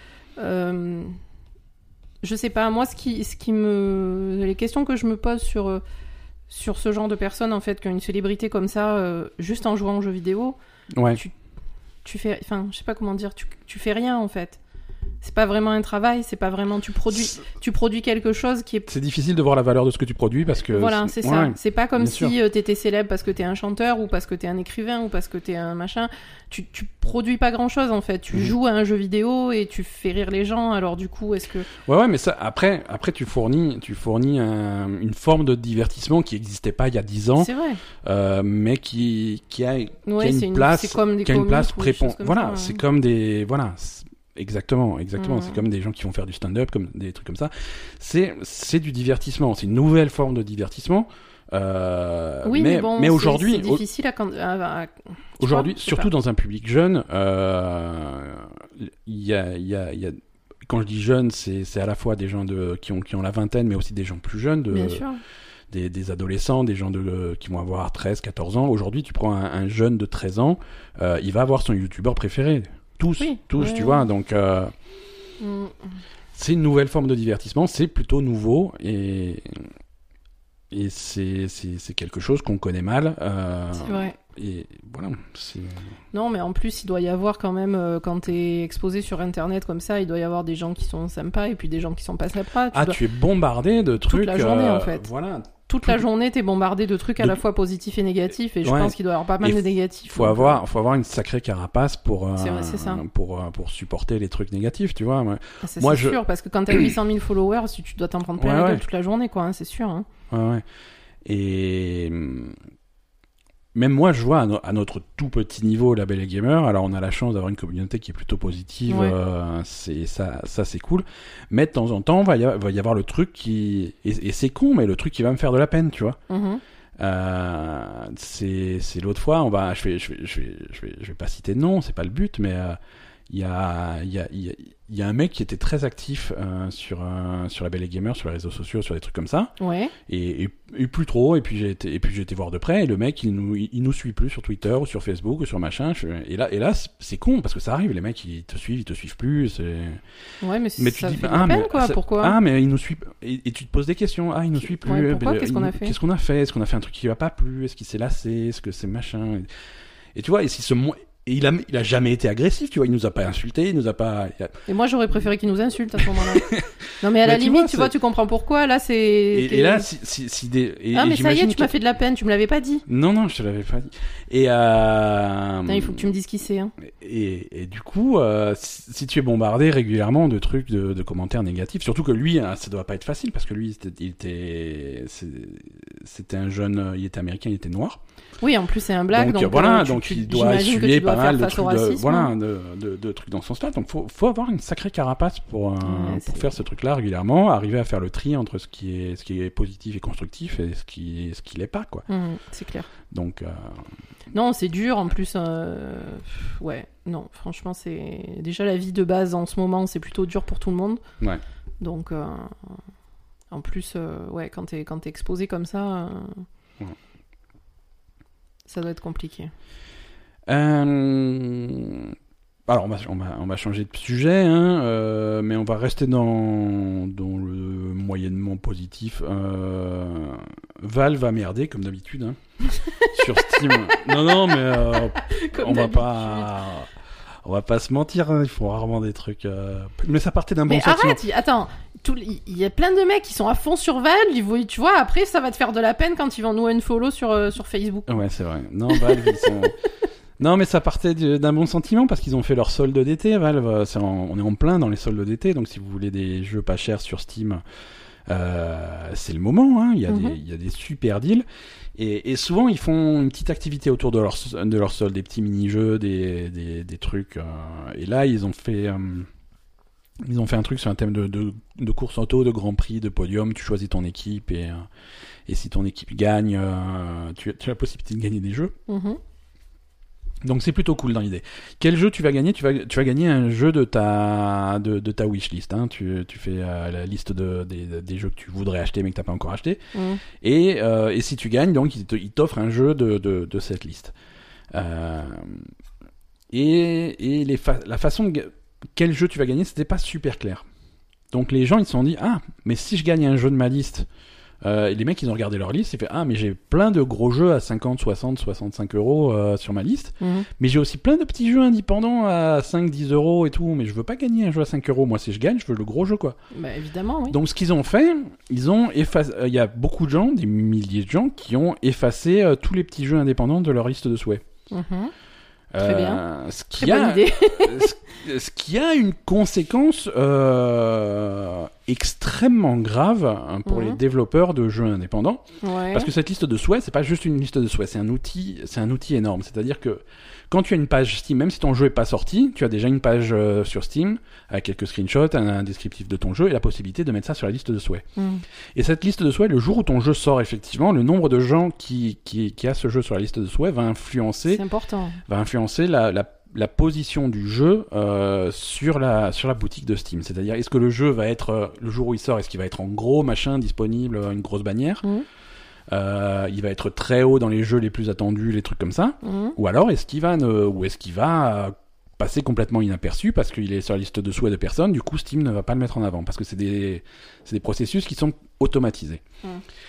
je sais pas, moi, les questions que je me pose sur ce genre de personnes, en fait, qui ont une célébrité comme ça, juste en jouant aux jeux vidéo, tu fais... Enfin, je sais pas comment dire, tu fais rien, en fait. C'est pas vraiment un travail, c'est pas vraiment... Tu produis quelque chose qui est... C'est difficile de voir la valeur de ce que tu produis, parce que... Voilà, c'est ça. C'est pas comme si t'étais célèbre parce que t'es un chanteur, ou parce que t'es un écrivain, ou parce que t'es un machin. Tu produis pas grand-chose, en fait. Tu joues à un jeu vidéo et tu fais rire les gens, alors du coup, est-ce que... Ouais, mais ça, après tu fournis une forme de divertissement qui n'existait pas il y a 10 ans. C'est vrai. Mais qui a une place... C'est comme des qui a une place prépondérante. Voilà, c'est comme des... Voilà, exactement. C'est comme des gens qui vont faire du stand-up, comme des trucs comme ça. C'est du divertissement. C'est une nouvelle forme de divertissement. Mais aujourd'hui, c'est difficile à aujourd'hui, surtout dans un public jeune, il y a quand je dis jeune, c'est à la fois des gens qui ont la vingtaine, mais aussi des gens plus jeunes, Bien sûr. Des adolescents, des gens qui vont avoir 13, 14 ans. Aujourd'hui, tu prends un jeune de 13 ans, il va avoir son youtubeur préféré. Tous, tu vois, donc c'est une nouvelle forme de divertissement, c'est plutôt nouveau, et Et c'est quelque chose qu'on connaît mal. C'est vrai. Et voilà. Non, mais en plus, il doit y avoir quand même, quand t'es exposé sur Internet comme ça, il doit y avoir des gens qui sont sympas et puis des gens qui sont pas sympas. Tu es bombardé de trucs. Toute la journée, en fait. Voilà. Toute la journée, t'es bombardé de trucs à la fois positifs et négatifs, et je pense qu'il doit y avoir pas mal de négatifs. Faut avoir une sacrée carapace pour supporter les trucs négatifs, tu vois. C'est sûr, parce que quand t'as 800 000 followers, tu dois t'en prendre plein la gueule toute la journée, quoi, hein, c'est sûr. Hein. Ouais. Et même moi, je vois à notre tout petit niveau, Label et Gamer, alors on a la chance d'avoir une communauté qui est plutôt positive, ça c'est cool, mais de temps en temps, va y avoir le truc qui... Et c'est con, mais le truc qui va me faire de la peine, tu vois. C'est l'autre fois, je vais pas citer de nom, c'est pas le but, mais il y a un mec qui était très actif sur Label et Gamer, sur les réseaux sociaux, sur des trucs comme ça. Ouais. Et plus trop. Et puis j'ai été voir de près. Et le mec, il nous suit plus sur Twitter ou sur Facebook ou sur machin. Et là, c'est con parce que ça arrive. Les mecs, ils te suivent plus. Ouais, mais tu ça dis, fait peine, quoi. Pourquoi ? Ah, mais il nous suit. Et tu te poses des questions. Ah, il nous suit plus. Ouais, pourquoi ? Qu'est-ce qu'on a fait ? Qu'est-ce qu'on a fait ? Est-ce qu'on a fait un truc qui va pas plu ? Est-ce qu'il s'est lassé ? Est-ce que c'est machin ? Et tu vois, et il a jamais été agressif, tu vois, il nous a pas insulté, il nous a pas... Et moi, j'aurais préféré qu'il nous insulte à ce moment-là. Non, mais à la limite, tu vois, tu comprends pourquoi, là, c'est... Et là, mais ça y est, tu m'as fait de la peine, tu me l'avais pas dit. Non, je te l'avais pas dit. Et Non, il faut que tu me dises qui c'est, hein. Et du coup, si tu es bombardé régulièrement de trucs, de commentaires négatifs, surtout que lui, ça doit pas être facile, parce que lui, c'était un jeune, il était américain, il était noir. Oui, en plus c'est un black, donc il doit essuyer pas mal de trucs, de trucs dans son stade. Donc faut avoir une sacrée carapace pour faire ce truc-là régulièrement, arriver à faire le tri entre ce qui est positif et constructif et ce qui l'est pas, quoi. C'est clair. Donc non, c'est dur en plus. Ouais, non, franchement, c'est déjà la vie de base en ce moment, c'est plutôt dur pour tout le monde. Ouais. Donc en plus, quand t'es exposé comme ça. Ça doit être compliqué. Alors, on va changer de sujet, hein, mais on va rester dans le moyennement positif. Valve a merdé, comme d'habitude, hein, sur Steam. Non, mais on va pas se mentir, hein, ils font rarement des trucs... Mais ça partait d'un bon sentiment. Mais arrête, attends, il y a plein de mecs qui sont à fond sur Valve, tu vois, après ça va te faire de la peine quand ils vont nous unfollow sur Facebook. Ouais, c'est vrai. Non, Valve, ils sont... Non, mais ça partait d'un bon sentiment parce qu'ils ont fait leur solde d'été, Valve. On est en plein dans les soldes d'été, donc si vous voulez des jeux pas chers sur Steam, c'est le moment, hein. Il y a des super deals. Et souvent, ils font une petite activité autour de leur solde, des petits mini-jeux, des trucs. Et là, ils ont fait un truc sur un thème de course auto, de Grand Prix, de podium. Tu choisis ton équipe et si ton équipe gagne, tu as la possibilité de gagner des jeux. Donc c'est plutôt cool dans l'idée. Quel jeu tu vas gagner ? Tu vas gagner un jeu de ta wishlist. Hein. Tu fais la liste des jeux que tu voudrais acheter mais que t'as pas encore acheté. Et si tu gagnes, donc il t'offre un jeu de cette liste. Et la façon quel jeu tu vas gagner, c'était pas super clair. Donc les gens ils se sont dit mais si je gagne un jeu de ma liste. Et les mecs ils ont regardé leur liste, ils fait mais j'ai plein de gros jeux à 50, 60, 65 euros sur ma liste, mais j'ai aussi plein de petits jeux indépendants à 5, 10 euros et tout, mais je veux pas gagner un jeu à 5 euros, moi si je gagne je veux le gros jeu, quoi. Bah évidemment, oui. Donc ce qu'ils ont fait, ils ont effacé, il y a beaucoup de gens, des milliers de gens qui ont effacé tous les petits jeux indépendants de leur liste de souhaits. Très bien. Très bonne idée. Ce qui a une conséquence extrêmement grave pour les développeurs de jeux indépendants. Ouais. Parce que cette liste de souhaits, c'est pas juste une liste de souhaits, c'est un outil énorme. C'est-à-dire que quand tu as une page Steam, même si ton jeu est pas sorti, tu as déjà une page sur Steam avec quelques screenshots, un descriptif de ton jeu et la possibilité de mettre ça sur la liste de souhaits. Et cette liste de souhaits, le jour où ton jeu sort effectivement, le nombre de gens qui a ce jeu sur la liste de souhaits va influencer. C'est important. Va influencer la position du jeu sur la boutique de Steam. C'est-à-dire, est-ce que le jeu va être, le jour où il sort, est-ce qu'il va être en gros, machin, disponible, une grosse bannière il va être très haut dans les jeux les plus attendus, les trucs comme ça, ou alors est-ce qu'il va passer complètement inaperçu parce qu'il est sur la liste de souhaits de personnes, du coup Steam ne va pas le mettre en avant, parce que c'est des processus qui sont automatisés.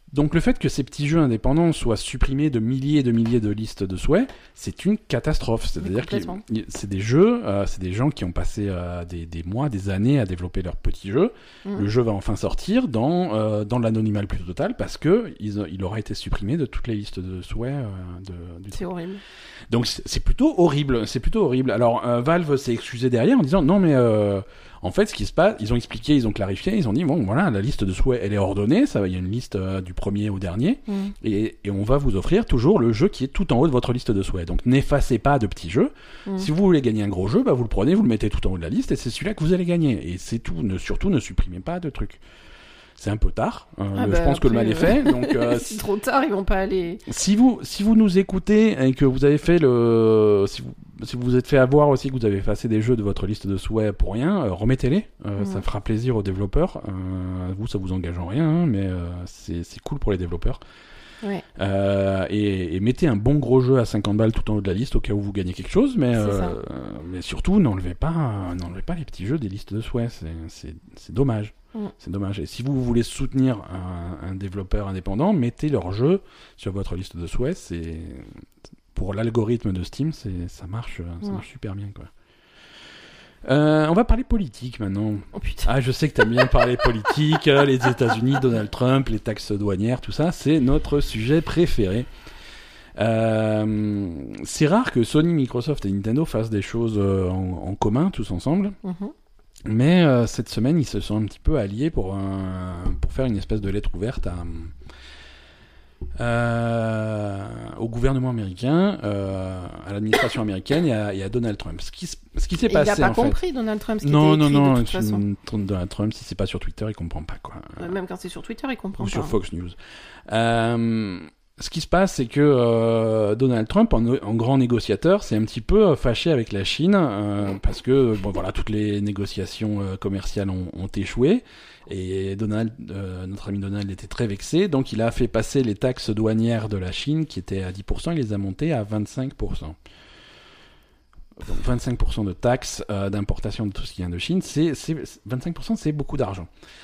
Donc le fait que ces petits jeux indépendants soient supprimés de milliers et de milliers de listes de souhaits, c'est une catastrophe. C'est-à-dire que c'est des jeux, c'est des gens qui ont passé des mois, des années à développer leur petit jeu. Le jeu va enfin sortir dans l'anonymat le plus total parce que il aura été supprimé de toutes les listes de souhaits. C'est horrible. Donc c'est plutôt horrible. C'est plutôt horrible. Alors Valve s'est excusé derrière en disant non mais en fait, ce qui se passe, ils ont expliqué, ils ont clarifié, ils ont dit bon, voilà, la liste de souhaits, elle est ordonnée, ça, il y a une liste du premier au dernier, et on va vous offrir toujours le jeu qui est tout en haut de votre liste de souhaits. Donc, n'effacez pas de petits jeux. Si vous voulez gagner un gros jeu, bah vous le prenez, vous le mettez tout en haut de la liste, et c'est celui-là que vous allez gagner. Et c'est tout. Surtout, ne supprimez pas de trucs. C'est un peu tard. Je pense que le mal est fait. Donc, c'est trop tard, ils vont pas aller. Si vous nous écoutez et que vous avez fait si vous vous êtes fait avoir aussi, que vous avez effacé des jeux de votre liste de souhaits pour rien, remettez-les. Ça fera plaisir aux développeurs. Vous, ça vous engage en rien, hein, mais c'est cool pour les développeurs. Ouais. Et mettez un bon gros jeu à 50 balles tout en haut de la liste au cas où vous gagnez quelque chose, mais surtout n'enlevez pas les petits jeux des listes de souhaits. C'est dommage. C'est dommage. Et si vous voulez soutenir un développeur indépendant, mettez leur jeu sur votre liste de souhaits. Pour l'algorithme de Steam, ça marche super bien, quoi. On va parler politique maintenant. Oh putain. Ah, je sais que t'aimes bien parler politique, les États-Unis, Donald Trump, les taxes douanières, tout ça, c'est notre sujet préféré. C'est rare que Sony, Microsoft et Nintendo fassent des choses en commun, tous ensemble. Mais cette semaine, ils se sont un petit peu alliés pour faire une espèce de lettre ouverte au gouvernement américain, à l'administration américaine et à Donald Trump. Ce qui s'est passé, il n'a pas en compris, fait. Donald Trump, ce qui était écrit de toute façon. Donald Trump, si c'est pas sur Twitter, il comprend pas, quoi. Même quand c'est sur Twitter, il comprend Ou pas. sur Fox News. Ce qui se passe, c'est que Donald Trump, en grand négociateur, s'est un petit peu fâché avec la Chine parce que toutes les négociations commerciales ont échoué et notre ami Donald était très vexé, donc il a fait passer les taxes douanières de la Chine qui étaient à 10%, il les a montées à 25%. Donc 25% de taxes d'importation de tout ce qui vient de Chine, 25%, c'est beaucoup d'argent.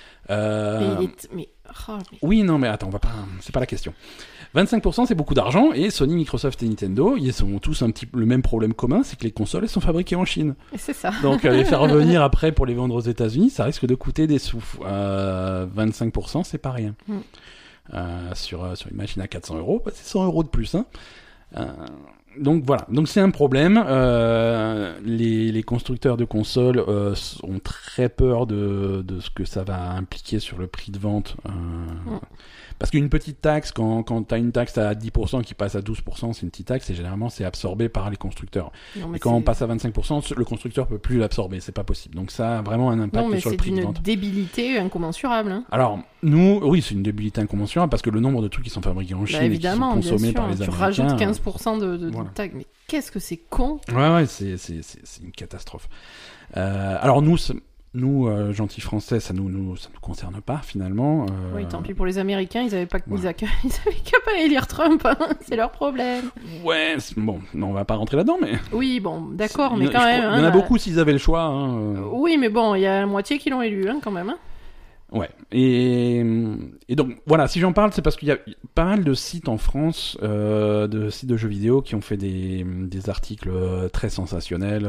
Oui, non, mais attends, c'est pas la question. 25%, c'est beaucoup d'argent, et Sony, Microsoft et Nintendo, ils ont tous le même problème commun, c'est que les consoles, elles sont fabriquées en Chine. Et c'est ça. Donc, les faire revenir après pour les vendre aux États-Unis, ça risque de coûter des sous. 25%, c'est pas rien. Sur une machine à 400 €, c'est 100 € de plus, hein. Donc voilà, donc c'est un problème. Les constructeurs de consoles ont très peur de ce que ça va impliquer sur le prix de vente. Parce qu'une petite taxe, quand tu as une taxe à 10% qui passe à 12%, c'est une petite taxe et généralement c'est absorbé par les constructeurs. Et quand on passe à 25%, le constructeur peut plus l'absorber, c'est pas possible. Donc ça a vraiment un impact sur le prix de vente. C'est une débilité incommensurable. Hein. Alors, oui, c'est une débilité incommensurable parce que le nombre de trucs qui sont fabriqués en Chine et qui sont consommés par les Américains... Tu rajoutes 15% de taxe, mais qu'est-ce que c'est con. Ouais, c'est une catastrophe. Alors nous, gentils Français, ça nous concerne pas finalement. Oui, tant pis pour les Américains, ils avaient qu'à pas élire Trump, hein. C'est leur problème. Ouais, bon, on va pas rentrer là-dedans, mais. Oui, bon, d'accord, mais quand même. Il y en a beaucoup s'ils avaient le choix. Hein. Oui, mais bon, il y a la moitié qui l'ont élu, hein, quand même. Hein. Ouais, et donc voilà, si j'en parle, c'est parce qu'il y a pas mal de sites en France, de sites de jeux vidéo qui ont fait des articles très sensationnels.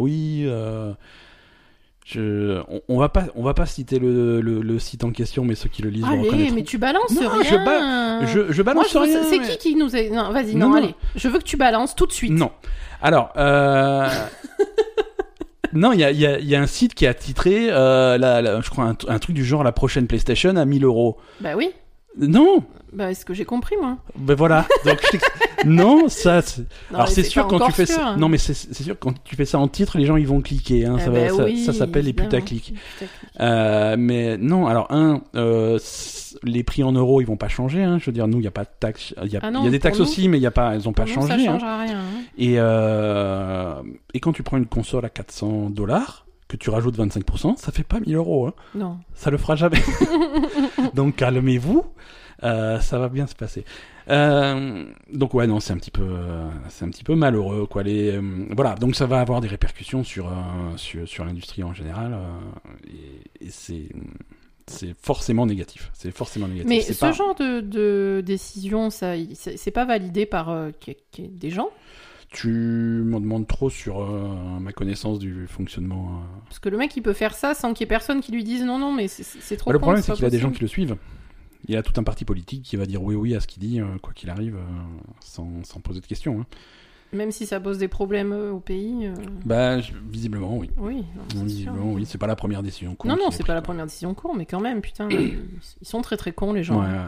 On va pas citer le site en question, mais ceux qui le lisent vont reconnaître. Allez, mais tu balances rien. Je balance rien. C'est qui nous est... Non, vas-y, non, allez. Je veux que tu balances tout de suite. Non. Alors, non, il y a un site qui a titré, je crois, un truc du genre la prochaine PlayStation à 1 000 €. Bah oui. Non. Bah, c'est ce que j'ai compris, moi. Ben voilà. Donc, non, ça. Alors, c'est sûr quand tu fais ça. Hein. Non, mais c'est sûr quand tu fais ça en titre, les gens ils vont cliquer. Hein. Ça s'appelle les putaclics. Mais non. Alors les prix en euros ils vont pas changer. Hein. Je veux dire, nous il y a pas de taxes. Il y a des taxes aussi, mais elles ont pas changé. Ça change rien. Hein. Et quand tu prends une console à $400, que tu rajoutes 25%, ça fait pas 1 000 €. Hein. Non. Ça le fera jamais. Donc calmez-vous. Ça va bien se passer. Donc ouais, non, c'est un petit peu malheureux, quoi. Voilà, donc ça va avoir des répercussions sur l'industrie en général, et c'est forcément négatif. C'est forcément négatif. Mais c'est ce pas... genre de décision, c'est pas validé par des gens? Tu m'en demandes trop sur ma connaissance du fonctionnement. Parce que le mec, il peut faire ça sans qu'il y ait personne qui lui dise non, mais c'est trop Le con, problème, c'est c'est pas qu'il a des gens possible. qui le suivent. Il y a tout un parti politique qui va dire oui à ce qu'il dit, quoi qu'il arrive, sans poser de questions. Hein. Même si ça pose des problèmes au pays. Bah, visiblement, oui. Oui, non, c'est sûr. Visiblement, oui. C'est pas la première décision con. Non, qu'il ait c'est prise, pas la quoi. première décision con, mais quand même, putain, ils sont très très cons, les gens. Ouais.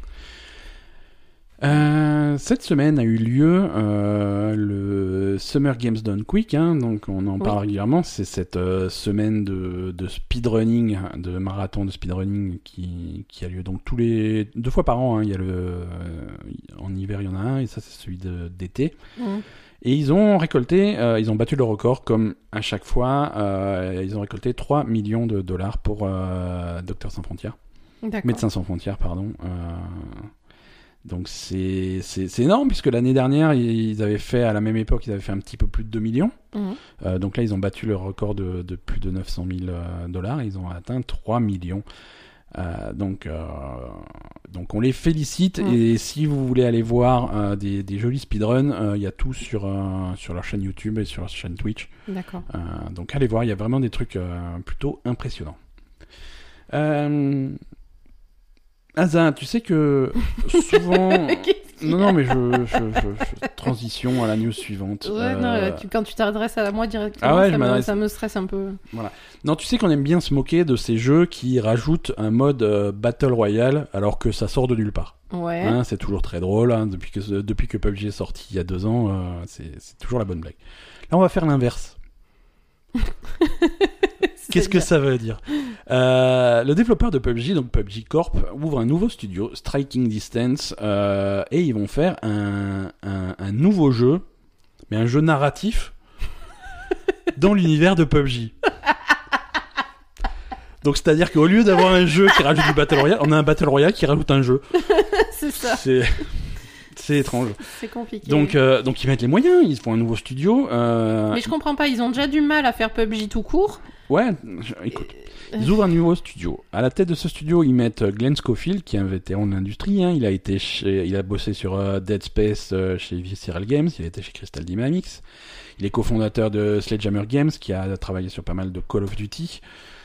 Cette semaine a eu lieu le Summer Games Done Quick, hein, donc on en parle régulièrement. C'est cette semaine de speedrunning, de marathon de speedrunning qui a lieu donc 2 fois par an. Hein. Il y a en hiver, il y en a un, et ça c'est celui d'été. Et ils ont récolté, ils ont battu le record comme à chaque fois. Ils ont récolté 3 millions de dollars pour Docteurs Sans Frontières. D'accord. Médecins Sans Frontières, pardon. Donc c'est énorme puisque l'année dernière ils avaient fait à la même époque ils avaient fait un petit peu plus de 2 millions. Donc là ils ont battu le record de plus de 900 000 dollars. Ils ont atteint 3 millions. Donc on les félicite et si vous voulez aller voir des jolis speedruns, il y a tout sur leur chaîne YouTube et sur leur chaîne Twitch. D'accord. Donc allez voir, il y a vraiment des trucs plutôt impressionnants. Asa, tu sais que souvent... Non, mais transition à la news suivante. Ouais, non, quand tu t'adresses à moi directement, Ah ouais, ça me stresse un peu. Voilà. Non, tu sais qu'on aime bien se moquer de ces jeux qui rajoutent un mode Battle Royale alors que ça sort de nulle part. Ouais. Hein, c'est toujours très drôle. Hein, depuis que PUBG est sorti il y a 2 ans, c'est toujours la bonne blague. Là, on va faire l'inverse. Qu'est-ce que ça veut dire? Le développeur de PUBG, donc PUBG Corp, ouvre un nouveau studio, Striking Distance, et ils vont faire un nouveau jeu, mais un jeu narratif dans l'univers de PUBG. Donc c'est-à-dire qu'au lieu d'avoir un jeu qui rajoute du Battle Royale, on a un Battle Royale qui rajoute un jeu. C'est ça. C'est étrange. C'est compliqué. Donc ils mettent les moyens, ils font un nouveau studio. Mais je comprends pas, ils ont déjà du mal à faire PUBG tout court. Ouais, écoute, ils ouvrent un nouveau studio. À la tête de ce studio, ils mettent Glenn Schofield, qui est un vétéran de l'industrie. Hein. Il a bossé sur Dead Space chez Visceral Games, il a été chez Crystal Dynamics. Il est cofondateur de Sledgehammer Games, qui a travaillé sur pas mal de Call of Duty.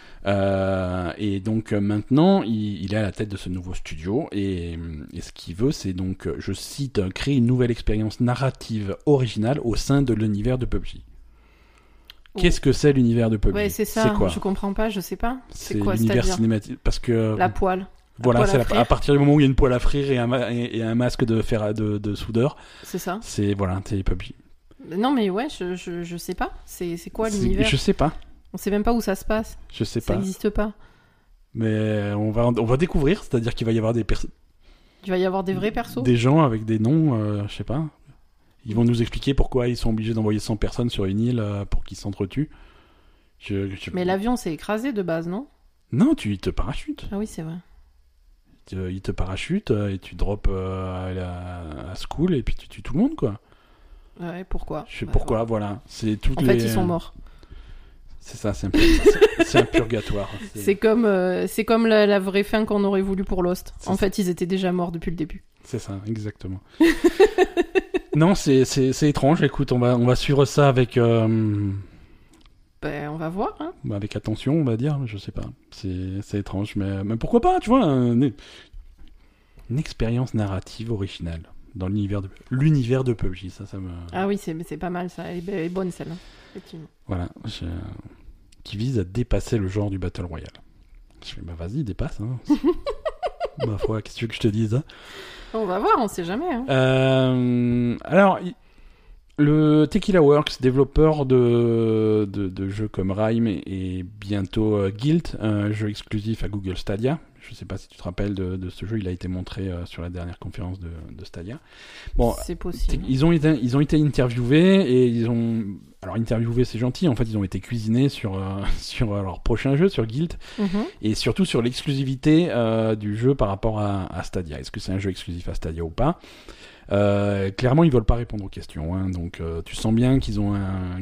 Et donc maintenant, il est à la tête de ce nouveau studio. Et ce qu'il veut, c'est donc, je cite, créer une nouvelle expérience narrative originale au sein de l'univers de PUBG. Qu'est-ce que c'est l'univers de PUBG? Ouais, c'est ça. C'est quoi? Je comprends pas, je sais pas. C'est quoi, l'univers c'est-à-dire cinématique parce que la poêle. Voilà, poêle c'est à frire. à partir du moment où il y a une poêle à frire et un masque de soudeur. C'est ça. C'est PUBG. Non mais ouais, je sais pas. C'est quoi l'univers? Je sais pas. On sait même pas où ça se passe. Je sais Ça pas. existe pas. Mais on va découvrir, c'est-à-dire qu'il va y avoir Il va y avoir des vrais persos. des gens avec des noms, je sais pas. Ils vont nous expliquer pourquoi ils sont obligés d'envoyer 100 personnes sur une île pour qu'ils s'entretuent. Mais l'avion s'est écrasé de base, non? Non, il te parachute. Ah oui, c'est vrai. Il te parachute et tu drops à school et puis tu tues tout le monde, quoi. Ouais, pourquoi? Je sais pourquoi, voilà. C'est toutes En fait, ils sont morts. C'est ça, c'est un purgatoire. C'est comme la vraie fin qu'on aurait voulu pour Lost. En fait, ils étaient déjà morts depuis le début. C'est ça, exactement. Non, c'est étrange. Écoute, on va suivre ça avec... Ben, on va voir, hein. Avec attention, on va dire. Je sais pas. C'est étrange, mais pourquoi pas, tu vois, une expérience narrative originale dans l'univers de PUBG. Ça me... Ah oui, c'est pas mal, ça. Elle est bonne, celle-là. Effectivement. Voilà. Qui vise à dépasser le genre du Battle Royale. Je fais, bah vas-y, dépasse. Hein. Ma foi, qu'est-ce que tu veux que je te dise, hein. On va voir, on sait jamais. Hein. Alors, le Tequila Works, développeur de jeux comme Rime et bientôt Guild, un jeu exclusif à Google Stadia. Je ne sais pas si tu te rappelles de ce jeu, il a été montré sur la dernière conférence de Stadia. Bon, c'est possible. Ils ont été interviewés et alors interviewés c'est gentil, en fait ils ont été cuisinés sur leur prochain jeu, sur Guild, et surtout sur l'exclusivité du jeu par rapport à Stadia. Est-ce que c'est un jeu exclusif à Stadia ou pas? Clairement ils veulent pas répondre aux questions, hein, donc tu sens bien qu'ils ont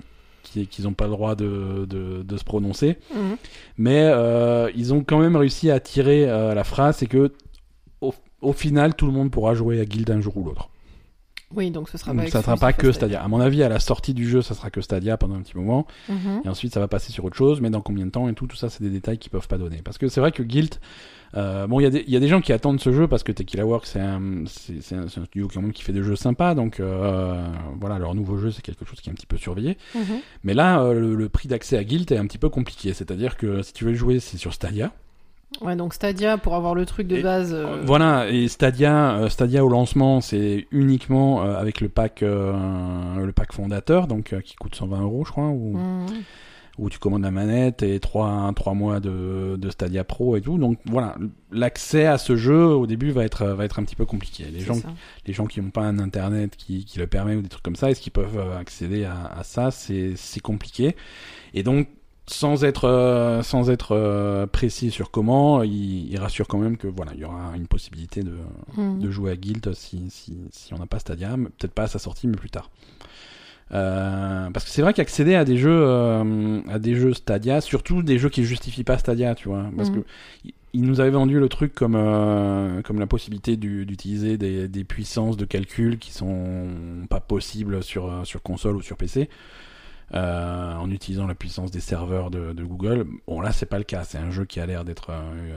qu'ils n'ont pas le droit de se prononcer. Mais ils ont quand même réussi à tirer la phrase, c'est que au final, tout le monde pourra jouer à Guild un jour ou l'autre. Oui, donc ce sera donc ça ne sera pas que Stadia. À mon avis, à la sortie du jeu, ça sera que Stadia pendant un petit moment. Et ensuite, ça va passer sur autre chose. Mais dans combien de temps et tout ça, c'est des détails qu'ils peuvent pas donner. Parce que c'est vrai que Guild, bon, il y a des gens qui attendent ce jeu parce que Tequila Works, c'est un studio quand même qui fait des jeux sympas. Donc voilà, leur nouveau jeu, c'est quelque chose qui est un petit peu surveillé. Mais là, le prix d'accès à Guild est un petit peu compliqué. C'est-à-dire que si tu veux le jouer, c'est sur Stadia. Ouais, donc Stadia pour avoir le truc de base. Voilà, et Stadia au lancement, c'est uniquement avec le pack fondateur, donc qui coûte 120 €, je crois, où tu commandes la manette et 3 mois de Stadia Pro et tout. Donc voilà, l'accès à ce jeu au début va être un petit peu compliqué. Les gens qui n'ont pas un internet qui le permet ou des trucs comme ça, est-ce qu'ils peuvent accéder à ça, c'est compliqué. Et donc sans être précis sur comment, il rassure quand même que voilà, il y aura une possibilité de jouer à Guild si on n'a pas Stadia, peut-être pas à sa sortie mais plus tard. Parce que c'est vrai qu'accéder à des jeux Stadia, surtout des jeux qui justifient pas Stadia, tu vois, parce que ils nous avaient vendu le truc comme la possibilité d'utiliser des puissances de calcul qui sont pas possibles sur console ou sur PC. En utilisant la puissance des serveurs de Google. Bon, là, c'est pas le cas. C'est un jeu qui a l'air d'être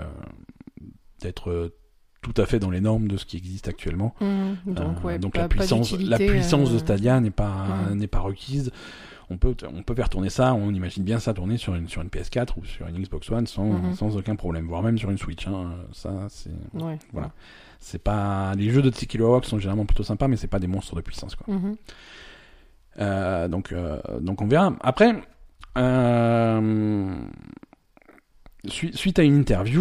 tout à fait dans les normes de ce qui existe actuellement. Donc la puissance de Stadia n'est pas requise. On peut faire tourner ça. On imagine bien ça tourner sur une PS4 ou sur une Xbox One sans aucun problème, voire même sur une Switch. Ça, c'est voilà. C'est pas, les jeux de Tequila Works sont généralement plutôt sympas, mais c'est pas des monstres de puissance, quoi. Donc on verra. Après, suite à une interview,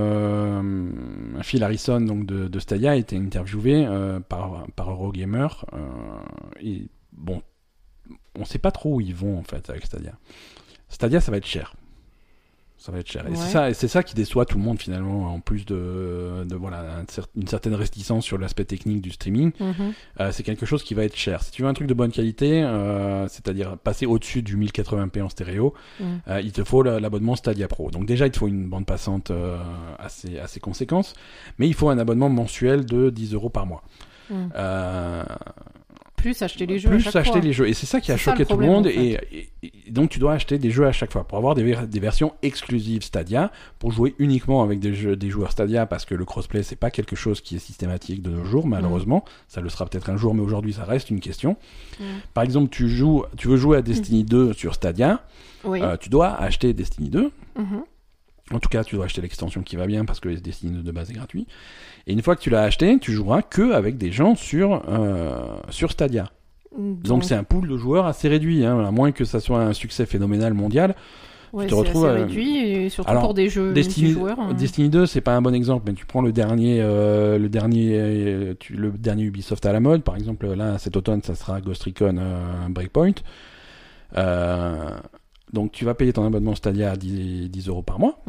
Phil Harrison donc de Stadia a été interviewé par Eurogamer et bon, on sait pas trop où ils vont en fait avec Stadia. Stadia, ça va être cher. Et c'est ça qui déçoit tout le monde finalement, en plus de voilà, une certaine réticence sur l'aspect technique du streaming. C'est quelque chose qui va être cher. Si tu veux un truc de bonne qualité, c'est-à-dire passer au-dessus du 1080p en stéréo, il te faut l'abonnement Stadia Pro. Donc déjà, il te faut une bande passante assez conséquente, mais il faut un abonnement mensuel de 10 € par mois. Plus acheter les jeux à chaque fois. Les jeux. Et c'est ça qui a choqué tout le monde. En fait. Et donc, tu dois acheter des jeux à chaque fois pour avoir des versions exclusives Stadia, pour jouer uniquement avec des joueurs Stadia, parce que le crossplay, c'est pas quelque chose qui est systématique de nos jours, malheureusement. Ça le sera peut-être un jour, mais aujourd'hui, ça reste une question. Par exemple, tu veux jouer à Destiny 2 sur Stadia, tu dois acheter Destiny 2. En tout cas, tu dois acheter l'extension qui va bien, parce que Destiny 2 de base est gratuit. Et une fois que tu l'as acheté, tu joueras que avec des gens sur Stadia. Donc c'est un pool de joueurs assez réduit, hein, à moins que ça soit un succès phénoménal mondial. Ouais, tu te retrouves assez réduit, et surtout pour des jeux multijoueurs. Destiny 2, c'est pas un bon exemple, mais tu prends le dernier Ubisoft à la mode, par exemple, là cet automne, ça sera Ghost Recon Breakpoint. Donc tu vas payer ton abonnement Stadia à 10 € par mois.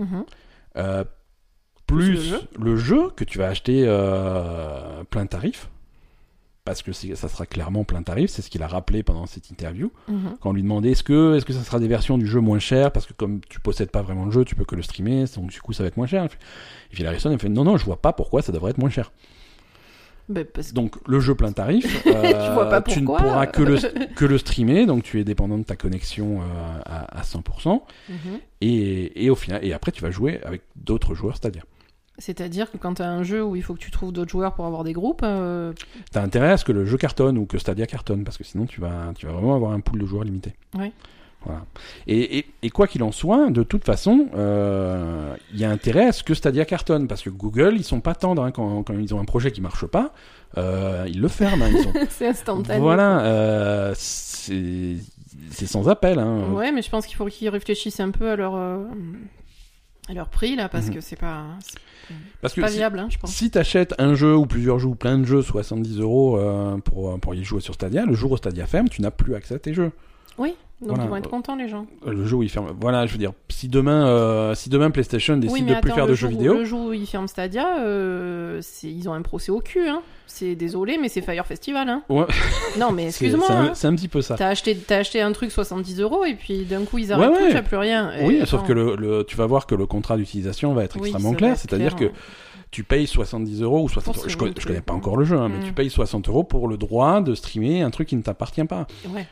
Plus le jeu que tu vas acheter plein tarif, parce que ça sera clairement plein tarif, c'est ce qu'il a rappelé pendant cette interview, quand on lui demandait est-ce que ça sera des versions du jeu moins chères, parce que comme tu possèdes pas vraiment le jeu, tu peux que le streamer, donc du coup ça va être moins cher. Et Phil Harrison a fait non, je vois pas pourquoi ça devrait être moins cher. Donc le jeu plein tarif, tu ne pourras que le streamer, donc tu es dépendant de ta connexion à 100%, et au final, et après tu vas jouer avec d'autres joueurs Stadia. C'est-à-dire que quand tu as un jeu où il faut que tu trouves d'autres joueurs pour avoir des groupes... T'as intérêt à ce que le jeu cartonne ou que Stadia cartonne, parce que sinon tu vas vraiment avoir un pool de joueurs limité. Oui. Voilà. Et quoi qu'il en soit, de toute façon, il y a intérêt à ce que Stadia cartonne, parce que Google, ils sont pas tendres, hein, quand ils ont un projet qui marche pas, ils le ferment. Hein, c'est instantané. Voilà, c'est sans appel. Hein. Ouais, mais je pense qu'il faut qu'ils réfléchissent un peu à leur prix là, parce que c'est pas viable, hein, je pense. Si t'achètes un jeu ou plusieurs jeux ou plein de jeux 70 € pour y jouer sur Stadia, le jour où Stadia ferme, tu n'as plus accès à tes jeux. Oui, donc ils vont être contents, les gens. Le jour où ils ferment, voilà, je veux dire, si demain PlayStation décide de plus faire de jeux vidéo, le jour où ils ferment Stadia, ils ont un procès au cul, hein. C'est désolé, mais c'est Fire Festival, hein. Ouais. Non, mais excuse-moi. C'est un petit peu ça. T'as acheté un truc 70€ et puis d'un coup ils arrêtent tout, t'as plus rien. Oui, sauf que tu vas voir que le contrat d'utilisation va être extrêmement clair, c'est-à-dire que tu payes 70€ ou 60€. Je connais pas encore le jeu, hein, mais tu payes 60€ pour le droit de streamer un truc qui ne t'appartient pas. Ouais.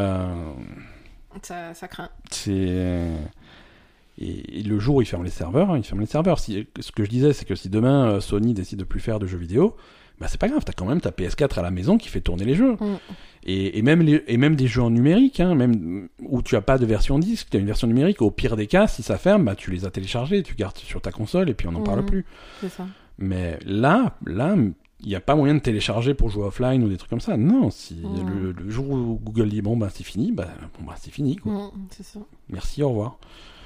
Ça craint. Et le jour où ils ferment les serveurs, ce que je disais, c'est que si demain Sony décide de plus faire de jeux vidéo, bah c'est pas grave, t'as quand même ta PS4 à la maison qui fait tourner les jeux. Et même des jeux en numérique, hein, même où tu as pas de version disque, tu as une version numérique, au pire des cas, si ça ferme, bah tu les as téléchargés, tu gardes sur ta console et puis on n'en parle plus. C'est ça. Mais là, il n'y a pas moyen de télécharger pour jouer offline ou des trucs comme ça. Non, si le jour où Google dit c'est fini, c'est fini, quoi. C'est ça. Merci, au revoir.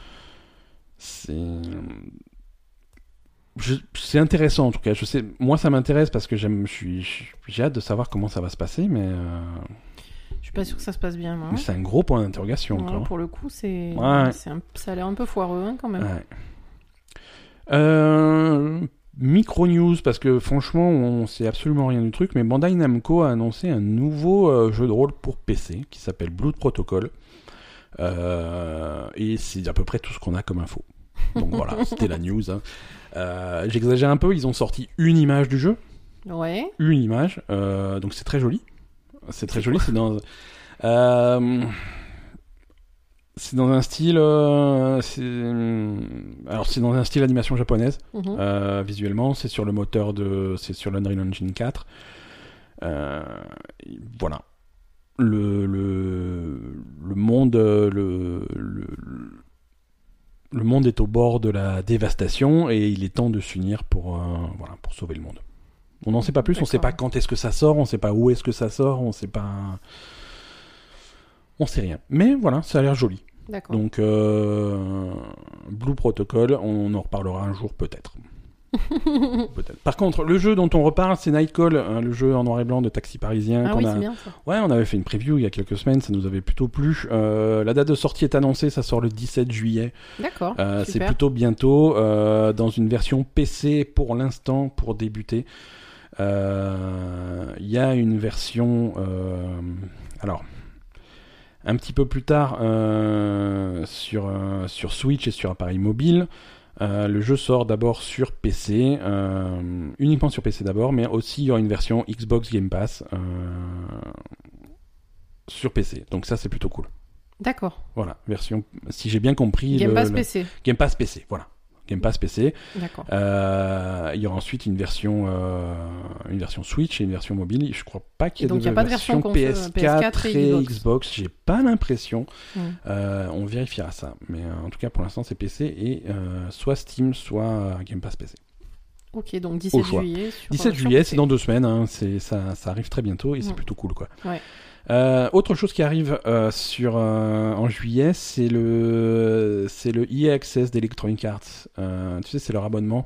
C'est intéressant en tout cas. Je sais, moi ça m'intéresse parce que j'ai hâte de savoir comment ça va se passer, mais je suis pas sûr que ça se passe bien. Moi. Mais c'est un gros point d'interrogation encore. Pour le coup, ça a l'air un peu foireux hein, quand même. Ouais. Micro news parce que franchement on sait absolument rien du truc, mais Bandai Namco a annoncé un nouveau jeu de rôle pour PC qui s'appelle Blood Protocol. Et c'est à peu près tout ce qu'on a comme info. Donc voilà, c'était la news. Hein. J'exagère un peu, ils ont sorti une image du jeu. Ouais. Une image. Donc c'est très joli. C'est très joli. C'est dans un style. Alors c'est dans un style animation japonaise. Visuellement, c'est sur le moteur c'est sur l'Unreal Engine 4. Voilà. Le monde le monde est au bord de la dévastation et il est temps de s'unir pour sauver le monde. On n'en sait pas plus, on sait pas quand est-ce que ça sort, on sait pas où est-ce que ça sort, on sait rien. Mais voilà, ça a l'air joli. D'accord. Donc Blue Protocol, on en reparlera un jour peut-être. Peut-être. Par contre, le jeu dont on reparle, c'est Nightcall, hein, le jeu en noir et blanc de Taxi Parisien. C'est bien ça. Ouais, on avait fait une preview il y a quelques semaines, ça nous avait plutôt plu. La date de sortie est annoncée, ça sort le 17 juillet. D'accord. C'est plutôt bientôt, dans une version PC pour l'instant, pour débuter. Il y a une version... alors... Un petit peu plus tard, sur Switch et sur appareil mobile, le jeu sort d'abord sur PC, uniquement sur PC d'abord, mais aussi il y aura une version Xbox Game Pass sur PC. Donc ça, c'est plutôt cool. D'accord. Voilà, version, si j'ai bien compris... Game Pass PC. Game Pass PC, voilà. Game Pass PC. D'accord. Il y aura ensuite une version Switch et une version mobile. Je crois pas qu'il y ait de version PS4 et Xbox. J'ai pas l'impression. On vérifiera ça. Mais en tout cas, pour l'instant, c'est PC et soit Steam, soit Game Pass PC. Ok, donc 17 juillet. 17 juillet, c'est dans 2 semaines. Hein. Ça arrive très bientôt et c'est plutôt cool, quoi. Ouais. Autre chose qui arrive en juillet, c'est le EA Access d'Electronic Arts. Tu sais, c'est leur abonnement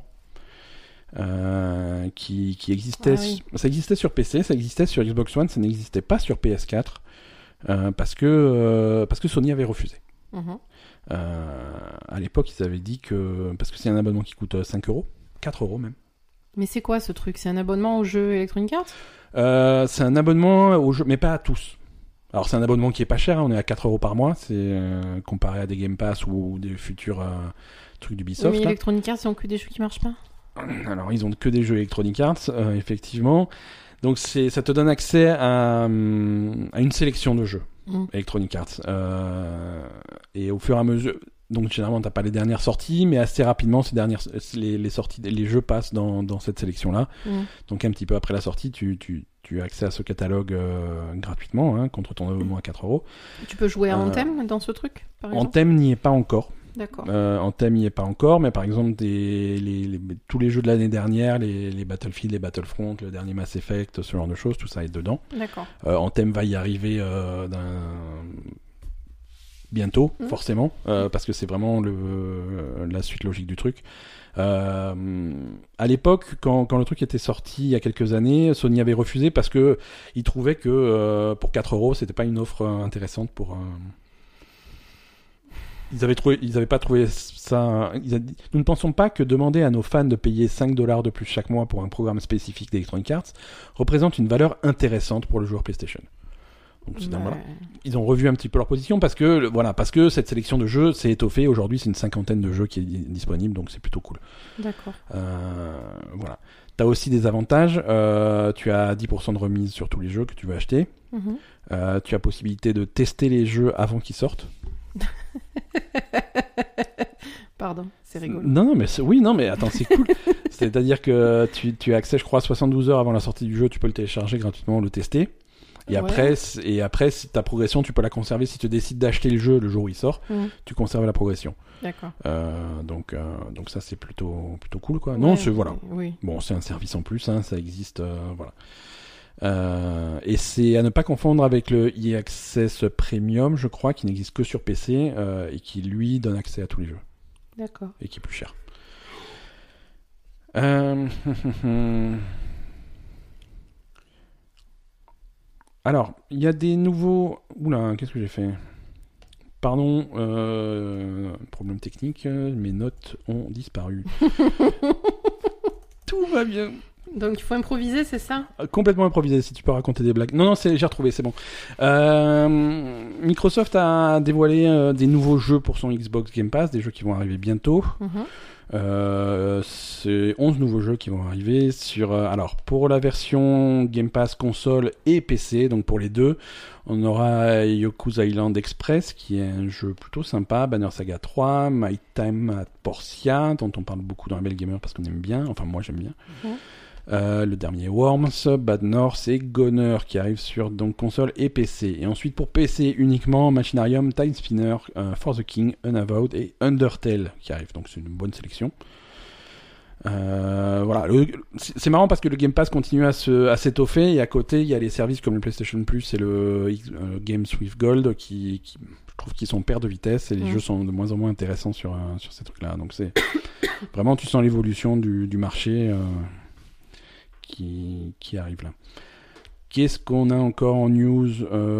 qui existait. Ça existait sur PC, ça existait sur Xbox One, ça n'existait pas sur PS4 parce que Sony avait refusé. À l'époque, ils avaient dit que parce que c'est un abonnement qui coûte 5€, 4€ même. Mais c'est quoi ce truc ? C'est un abonnement au jeu Electronic Arts ? C'est un abonnement au jeu, mais pas à tous. Alors c'est un abonnement qui est pas cher, hein, on est à 4€ par mois, c'est comparé à des Game Pass ou des futurs trucs d'Ubisoft. Mais Electronic Arts, ils ont que des jeux qui marchent pas. Alors ils ont que des jeux Electronic Arts, effectivement. Donc ça te donne accès à une sélection de jeux Electronic Arts. Et au fur et à mesure... Donc généralement t'as pas les dernières sorties, mais assez rapidement les sorties, les jeux passent dans cette sélection là. Donc un petit peu après la sortie, tu as accès à ce catalogue gratuitement, hein, contre ton abonnement à 4€. Tu peux jouer à Anthem dans ce truc, par exemple ? Anthem n'y est pas encore. D'accord. Anthem n'y est pas encore, mais par exemple tous les jeux de l'année dernière, les Battlefield, les Battlefront, le dernier Mass Effect, ce genre de choses, tout ça est dedans. D'accord. Anthem va y arriver bientôt, forcément, parce que c'est vraiment la suite logique du truc. À l'époque, quand le truc était sorti il y a quelques années, Sony avait refusé parce que ils trouvaient que pour 4€, c'était pas une offre intéressante pour ils avaient pas trouvé ça. Nous ne pensons pas que demander à nos fans de payer $5 de plus chaque mois pour un programme spécifique d'Electronic Arts représente une valeur intéressante pour le joueur PlayStation. Donc, voilà. Ils ont revu un petit peu leur position parce que cette sélection de jeux s'est étoffée. Aujourd'hui, c'est une 50aine de jeux qui est disponible, donc c'est plutôt cool. D'accord. Voilà. T'as aussi des avantages. Tu as 10% de remise sur tous les jeux que tu veux acheter. Mm-hmm. Tu as possibilité de tester les jeux avant qu'ils sortent. Pardon, c'est rigolo. Non, mais attends, c'est cool. C'est-à-dire que tu as accès, je crois, à 72 heures avant la sortie du jeu. Tu peux le télécharger gratuitement, le tester. Et après, si ta progression, tu peux la conserver. Si tu décides d'acheter le jeu le jour où il sort, tu conserves la progression. D'accord. Donc ça, c'est plutôt cool, quoi. Non, c'est voilà. Oui. Bon, c'est un service en plus, hein, ça existe, voilà. Et c'est à ne pas confondre avec le EA Access Premium, je crois, qui n'existe que sur PC et qui lui donne accès à tous les jeux. D'accord. Et qui est plus cher. Alors, il y a des nouveaux... Oula, qu'est-ce que j'ai fait ? Pardon, problème technique, mes notes ont disparu. Tout va bien. Donc il faut improviser, c'est ça ? Complètement improviser, si tu peux raconter des blagues. Non, j'ai retrouvé, c'est bon. Microsoft a dévoilé des nouveaux jeux pour son Xbox Game Pass, des jeux qui vont arriver bientôt. C'est 11 nouveaux jeux qui vont arriver sur... alors, pour la version Game Pass console et PC, donc pour les deux, on aura Yoku's Island Express, qui est un jeu plutôt sympa, Banner Saga 3, My Time at Portia, dont on parle beaucoup dans la Belle Gamer parce qu'on aime bien, enfin moi j'aime bien. Le dernier Worms, Bad North et Goner qui arrivent sur donc console et PC. Et ensuite pour PC uniquement, Machinarium, Time Spinner, For the King, Unavowed et Undertale qui arrivent. Donc c'est une bonne sélection. Voilà, c'est marrant parce que le Game Pass continue à s'étoffer et à côté il y a les services comme le PlayStation Plus et le Games with Gold qui je trouve qu'ils sont paires de vitesse et les jeux sont de moins en moins intéressants sur ces trucs-là. Donc c'est vraiment, tu sens l'évolution du marché. Qui arrive là. Qu'est-ce qu'on a encore en news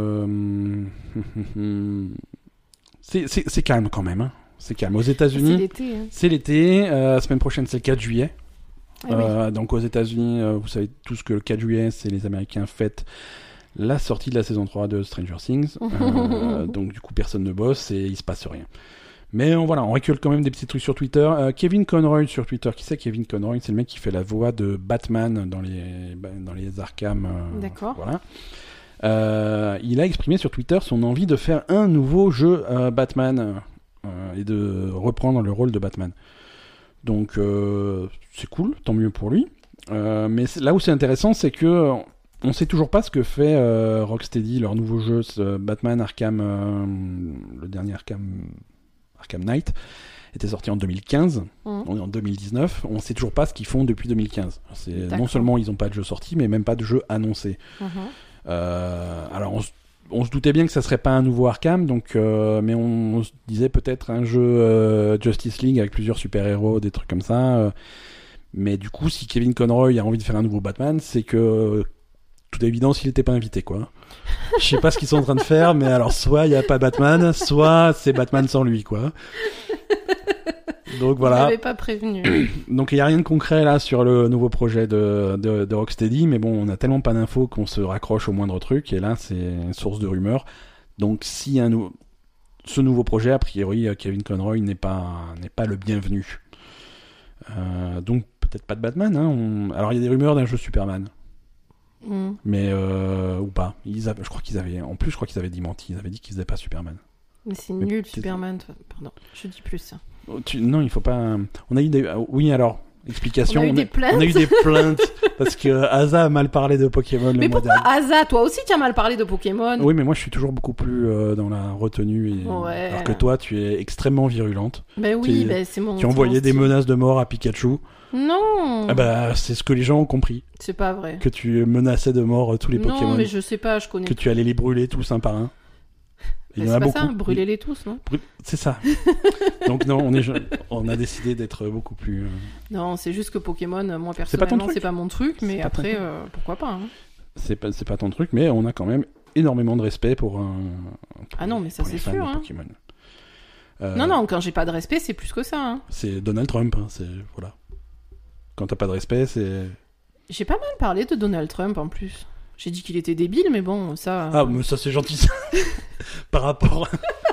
c'est calme quand même. Hein. C'est calme. Aux États-Unis, c'est l'été. Hein. C'est l'été. La semaine prochaine, c'est le 4 juillet. Oui. Donc aux États-Unis, vous savez tous que le 4 juillet, c'est les Américains fêtent la sortie de la saison 3 de Stranger Things. Donc du coup, personne ne bosse et il se passe rien. Mais on récolte quand même des petits trucs sur Twitter. Kevin Conroy sur Twitter. Qui c'est Kevin Conroy ? C'est le mec qui fait la voix de Batman dans les Arkham. D'accord. Voilà. Il a exprimé sur Twitter son envie de faire un nouveau jeu Batman et de reprendre le rôle de Batman. Donc c'est cool, tant mieux pour lui. Mais là où c'est intéressant, c'est que on sait toujours pas ce que fait Rocksteady, leur nouveau jeu Batman Arkham, le dernier Arkham Knight était sorti en 2015, on est en 2019, on sait toujours pas ce qu'ils font depuis 2015. Non seulement ils ont pas de jeu sorti, mais même pas de jeu annoncé. Alors on se doutait bien que ça serait pas un nouveau Arkham, donc mais on se disait peut-être un jeu Justice League avec plusieurs super-héros, des trucs comme ça. Mais du coup, si Kevin Conroy a envie de faire un nouveau Batman, c'est que toute évidence, il était pas invité, quoi. Je sais pas ce qu'ils sont en train de faire, mais alors soit il y a pas Batman, soit c'est Batman sans lui, quoi. Donc voilà. Je n'avais pas prévenu. Donc il y a rien de concret là sur le nouveau projet de Rocksteady, mais bon, on a tellement pas d'infos qu'on se raccroche au moindre truc, et là c'est une source de rumeurs. Donc si ce nouveau projet, a priori, Kevin Conroy n'est pas le bienvenu. Donc peut-être pas de Batman. Hein. Alors il y a des rumeurs d'un jeu Superman. Mais ou pas. Je crois qu'ils avaient démenti. Ils avaient dit qu'ils faisaient pas Superman. Mais c'est nul Superman. Pardon, je dis plus ça. Non, il faut pas. On a eu des. Oui, alors explication. On a eu des plaintes parce que Asa a mal parlé de Pokémon. Mais pourquoi Asa ? Toi aussi, tu as mal parlé de Pokémon. Oui, mais moi, je suis toujours beaucoup plus dans la retenue. Alors que toi, tu es extrêmement virulente. Ben oui, c'est mon. Tu envoyais des menaces de mort à Pikachu. Non. Ah bah, c'est ce que les gens ont compris. C'est pas vrai. Que tu menaçais de mort tous les Pokémon. Non, mais je sais pas, je connais. Que tu allais les brûler tous un par un. Il y en a beaucoup. Ça, brûlez-les tous, non ? C'est ça. Donc non, on a décidé d'être beaucoup plus... Non, c'est juste que Pokémon, moi personnellement, c'est pas mon truc, mais après, pourquoi pas. Hein. C'est pas ton truc, mais on a quand même énormément de respect pour non, mais ça c'est sûr. Hein. Pokémon. Non, quand j'ai pas de respect, c'est plus que ça. Hein. C'est Donald Trump, hein, voilà. Quand t'as pas de respect, c'est... J'ai pas mal parlé de Donald Trump en plus. J'ai dit qu'il était débile, mais bon, ça... Ah, mais ça c'est gentil, ça. Par rapport...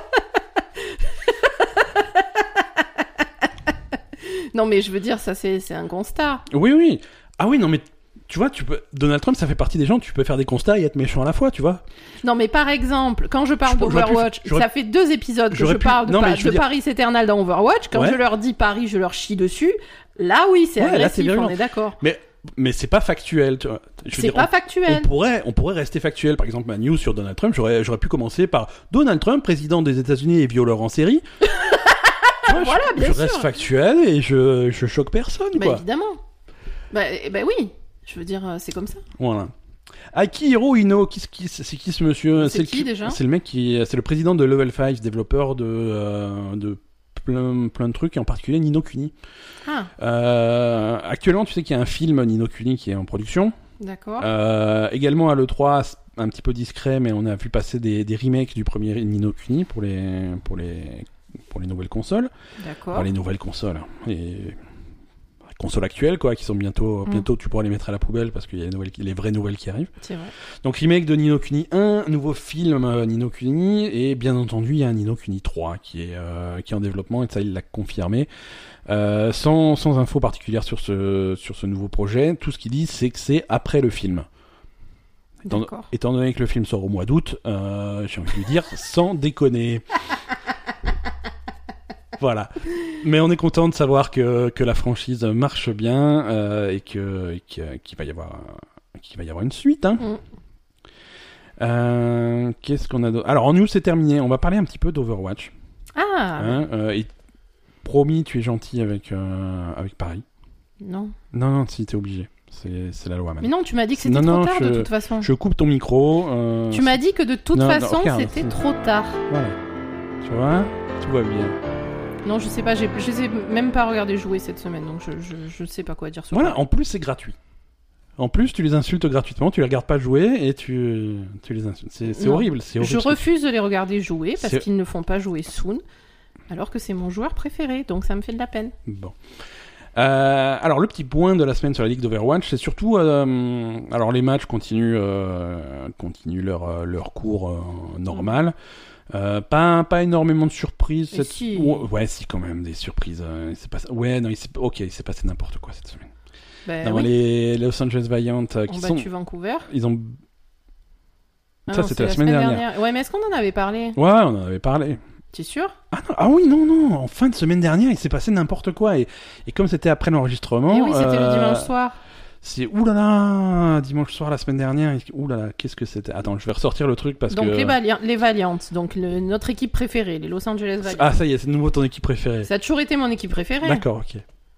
Non, mais je veux dire, ça c'est un constat. Oui. Ah oui, non, mais tu vois, Donald Trump, ça fait partie des gens, tu peux faire des constats et être méchant à la fois, tu vois. Non, mais par exemple, quand je parle d'Overwatch, ça fait 2 épisodes que je parle de Paris Eternal dans Overwatch. Quand je leur dis Paris, je leur chie dessus. Là, oui, c'est agressif, on est d'accord. Mais c'est pas factuel, tu vois. C'est pas factuel. On pourrait rester factuel. Par exemple, ma news sur Donald Trump, j'aurais pu commencer par Donald Trump, président des États-Unis et violeur en série. Voilà, bien sûr. Je reste factuel et je choque personne, quoi. Évidemment. Bah oui. Je veux dire, c'est comme ça. Voilà. Akihiro Ino, c'est qui ce monsieur? C'est qui déjà? C'est le mec c'est le président de Level 5, développeur de plein de trucs, et en particulier Ni no Kuni. Actuellement, tu sais qu'il y a un film Ni no Kuni qui est en production. D'accord. Également à l'E3, un petit peu discret, mais on a vu passer des remakes du premier Ni no Kuni pour les nouvelles consoles. D'accord. Enfin, les nouvelles consoles. Et consoles actuelles, quoi, qui sont bientôt tu pourras les mettre à la poubelle parce qu'il y a les vraies nouvelles qui arrivent. C'est vrai. Donc remake de Ni no Kuni 1, nouveau film Ni no Kuni, et bien entendu il y a un Ni no Kuni 3 qui est en développement, et ça il l'a confirmé. Sans info particulière sur ce nouveau projet, tout ce qu'il dit c'est que c'est après le film. Étant donné que le film sort au mois d'août, j'ai envie de lui dire sans déconner. Voilà. Mais on est content de savoir que la franchise marche bien et qu'il va y avoir une suite. Hein. Qu'est-ce qu'on a d'autre? Alors en news c'est terminé. On va parler un petit peu d'Overwatch. Et promis, tu es gentil avec Paris. Non, si t'es obligé. C'est la loi, même. Mais non, tu m'as dit que c'était trop tard de toute façon. Je coupe ton micro. Tu m'as dit que de toute façon c'était trop tard. Voilà. Tu vois, tout va bien. Non, je sais pas, je les ai même pas regardé jouer cette semaine, donc je sais pas quoi dire sur ça. Voilà, en plus c'est gratuit. En plus, tu les insultes gratuitement, tu les regardes pas jouer et tu les insultes. C'est horrible, c'est horrible. Je refuse de les regarder jouer parce qu'ils ne font pas jouer Soon, alors que c'est mon joueur préféré, donc ça me fait de la peine. Bon. Alors le petit point de la semaine sur la ligue d'Overwatch, c'est surtout alors les matchs continuent leur cours normal. Pas énormément de surprises. Si. Ouais, si quand même des surprises. Il s'est passé n'importe quoi cette semaine. Les Los Angeles Valiant qui sont battu Vancouver. Ils ont. C'était la semaine dernière. Ouais, mais est-ce qu'on en avait parlé? Ouais, on en avait parlé. T'es sûr? Oui, non. En fin de semaine dernière, il s'est passé n'importe quoi et comme c'était après l'enregistrement. Et oui, c'était le dimanche soir. C'est oulala, dimanche soir la semaine dernière. Oulala, qu'est-ce que c'était? Attends, je vais ressortir le truc parce que. Donc les Valiant, donc notre équipe préférée, les Los Angeles Valiant. Ah ça y est, c'est de nouveau ton équipe préférée. Ça a toujours été mon équipe préférée. D'accord, ok.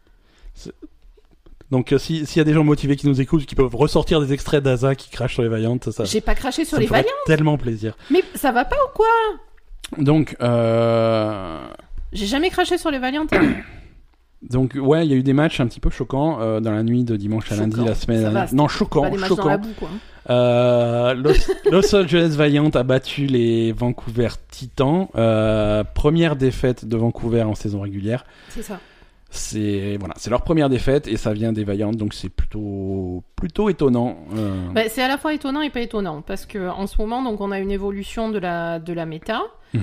Donc s'il y a des gens motivés qui nous écoutent, qui peuvent ressortir des extraits d'Aza qui crachent sur les Valiant, ça. J'ai pas craché sur les Valiant. Tellement plaisir. Mais ça va pas ou quoi? Donc. J'ai jamais craché sur les Valiant. Donc ouais, il y a eu des matchs un petit peu choquants dans la nuit de dimanche à lundi la semaine dernière. Non, choquant. Pas des matchs dans la boue, quoi. Los Angeles Valiant a battu les Vancouver Titans. Première défaite de Vancouver en saison régulière. C'est ça. C'est leur première défaite et ça vient des Valiant, donc c'est plutôt étonnant. C'est à la fois étonnant et pas étonnant parce que en ce moment donc on a une évolution de la méta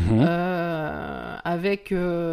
avec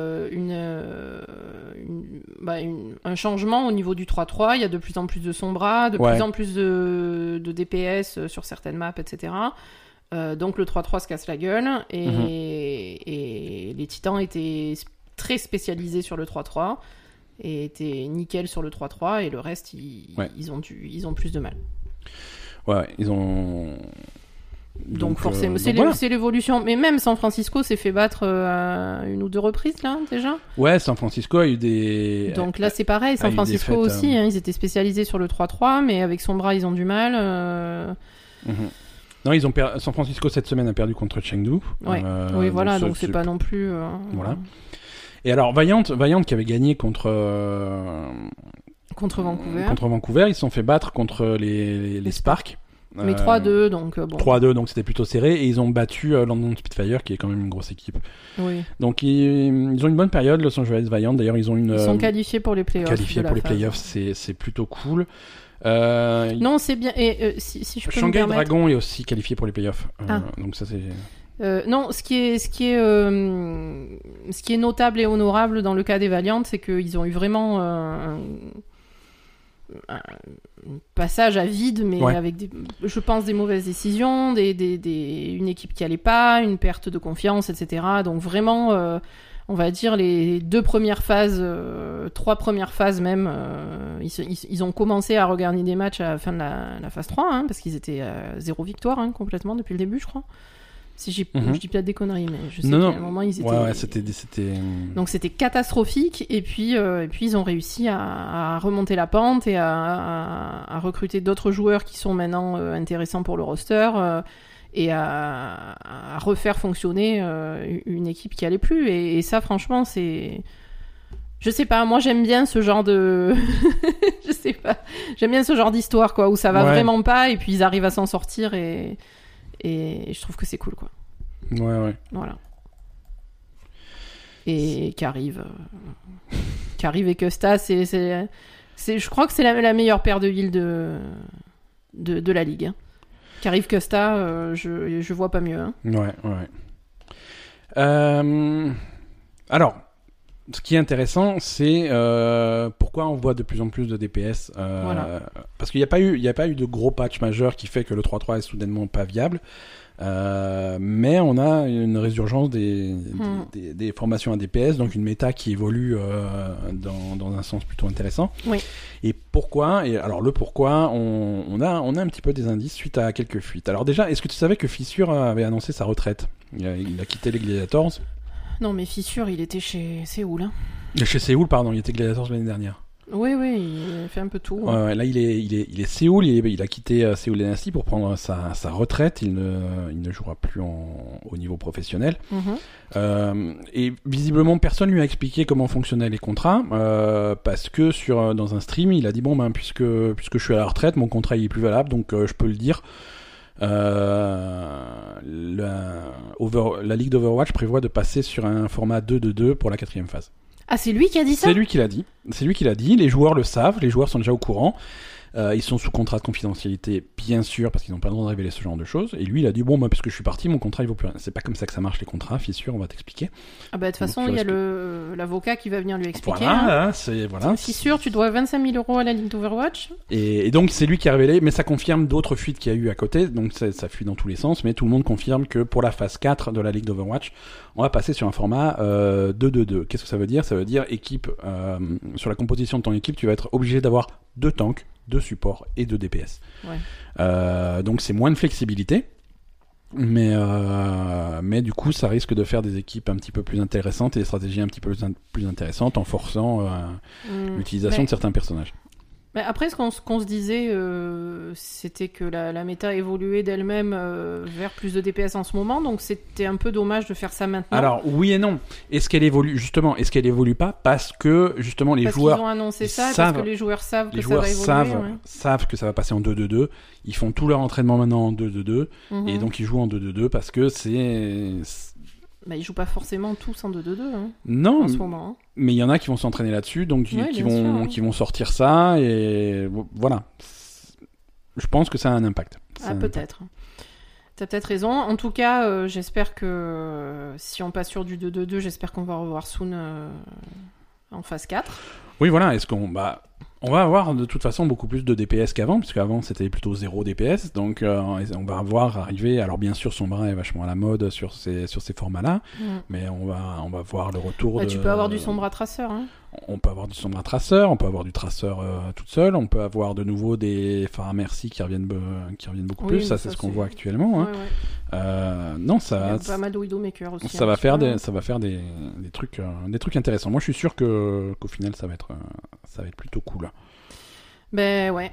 un changement au niveau du 3-3. Il y a de plus en plus de sombras, plus en plus de DPS sur certaines maps, etc. Donc le 3-3 se casse la gueule et les Titans étaient très spécialisés sur le 3-3 et étaient nickel sur le 3-3 et le reste ils ont plus de mal. Ouais, ils ont. Donc forcément, c'est l'évolution. Mais même San Francisco s'est fait battre une ou deux reprises là déjà. Ouais, San Francisco a eu des. Donc là c'est pareil, San Francisco aussi, ils étaient spécialisés sur le 3-3, mais avec Sombra ils ont du mal. Non, San Francisco cette semaine a perdu contre Chengdu. Ouais. Oui, voilà, donc c'est pas non plus. Voilà. Et alors Valiant qui avait gagné contre Vancouver. Contre Vancouver, ils se sont fait battre contre les Sparks. Mais 3-2, donc bon. 3-2, donc c'était plutôt serré. Et ils ont battu London Spitfire, qui est quand même une grosse équipe. Oui. Donc ils ont une bonne période, Los Angeles Valiant. D'ailleurs, ils sont qualifiés pour les playoffs. Qualifiés pour les playoffs, c'est plutôt cool. Non, c'est bien. Et si je peux me Shanghai permettre... Dragon est aussi qualifié pour les playoffs. Donc ça c'est... non, ce qui est notable et honorable dans le cas des Valiant, c'est qu'ils ont eu vraiment un passage à vide, mais avec je pense des mauvaises décisions, une équipe qui allait pas, une perte de confiance, etc. Donc vraiment, on va dire les 2 premières phases, 3 premières phases même, ils ont commencé à regagner des matchs à la fin de la phase 3, hein, parce qu'ils étaient à 0 victoire, hein, complètement depuis le début, je crois. Si je dis peut-être des conneries, mais je sais qu'à un moment ils étaient... Ouais, c'était... Donc c'était catastrophique, et puis ils ont réussi à remonter la pente et à recruter d'autres joueurs qui sont maintenant intéressants pour le roster, et à refaire fonctionner une équipe qui allait plus. Et ça, franchement, c'est... Je sais pas, moi j'aime bien ce genre de... je sais pas, j'aime bien ce genre d'histoire, quoi, où ça va vraiment pas, et puis ils arrivent à s'en sortir, et je trouve que c'est cool, quoi. Ouais. Voilà. Et qu'arrive et Custa, je crois que c'est la meilleure paire de villes de la ligue. Hein. Qu'arrive Custa, je vois pas mieux. Hein. Ouais. Alors, ce qui est intéressant, c'est pourquoi on voit de plus en plus de DPS. Voilà. Parce qu'il n'y a pas eu de gros patch majeur qui fait que le 3-3 est soudainement pas viable. Mais on a une résurgence des formations à DPS, donc une méta qui évolue dans un sens plutôt intéressant. Oui. Et pourquoi ? Et alors le pourquoi, on a un petit peu des indices suite à quelques fuites. Alors déjà, est-ce que tu savais que Fissure avait annoncé sa retraite ? Il a quitté les Gladiators. Non, mais Fissure, il était chez Séoul. Hein. Chez Séoul, pardon, il était Gladiators l'année dernière. Oui, il fait un peu tout. Ouais, là, il est Séoul, il a quitté Séoul Dynasty pour prendre sa retraite. Il ne jouera plus au niveau professionnel. Et visiblement, personne lui a expliqué comment fonctionnaient les contrats, parce que dans un stream, il a dit puisque je suis à la retraite, mon contrat il est plus valable, donc je peux le dire. La Ligue d'Overwatch prévoit de passer sur un format 2-2-2 pour la 4e phase. Ah, c'est lui qui a dit ça ? C'est lui qui l'a dit. Les joueurs le savent. Les joueurs sont déjà au courant. Ils sont sous contrat de confidentialité, bien sûr, parce qu'ils n'ont pas le droit de révéler ce genre de choses. Et lui, il a dit puisque je suis parti, mon contrat il vaut plus rien. C'est pas comme ça que ça marche les contrats, Fissure, on va t'expliquer. Ah de toute façon, il y a l'avocat qui va venir lui expliquer. Voilà. Fissure, tu dois 25 000 € à la Ligue d'Overwatch. Et donc c'est lui qui a révélé, mais ça confirme d'autres fuites qu'il y a eu à côté. Donc ça fuit dans tous les sens, mais tout le monde confirme que pour la phase 4 de la Ligue d'Overwatch, on va passer sur un format 2-2-2. Qu'est-ce que ça veut dire ? Ça veut dire équipe, sur la composition de ton équipe, tu vas être obligé d'avoir 2 tanks, 2 supports et 2 DPS. Ouais. Donc c'est moins de flexibilité, mais du coup ça risque de faire des équipes un petit peu plus intéressantes et des stratégies un petit peu plus intéressantes en forçant l'utilisation de certains personnages. Mais après, ce qu'on se disait, c'était que la méta évoluait d'elle-même vers plus de DPS en ce moment, donc c'était un peu dommage de faire ça maintenant. Alors, oui et non. Est-ce qu'elle évolue pas parce que, justement, les joueurs... Parce qu'ils ont annoncé ça, parce que les joueurs savent que ça va évoluer. savent que ça va passer en 2-2-2. Ils font tout leur entraînement maintenant en 2-2-2, et donc ils jouent en 2-2-2 parce que c'est... ils jouent pas forcément tous en 2-2-2 non, en ce moment. Hein. Mais il y en a qui vont s'entraîner là-dessus, donc qui vont sortir ça, et voilà. Je pense que ça a un impact. Peut-être. T'as peut-être raison. En tout cas, j'espère que si on passe sur du 2-2-2, j'espère qu'on va revoir Soon en phase 4. Oui, voilà. On va avoir de toute façon beaucoup plus de DPS qu'avant, puisque avant c'était plutôt 0 DPS, donc on va avoir arrivé. Alors bien sûr, Sombra est vachement à la mode sur ces formats-là, mais on va voir le retour. Tu peux avoir du Sombra traceur. Hein. On peut avoir du Sombra traceur, on peut avoir du traceur toute seule, on peut avoir de nouveau des Farah Mercy qui reviennent beaucoup plus. Ça, c'est ce qu'on voit actuellement. Hein. Ouais. Non, ça. Il y a pas mal de Widowmaker aussi. Ça va faire des trucs intéressants. Moi, je suis sûr qu'au final, ça va être plutôt cool. Ben ouais.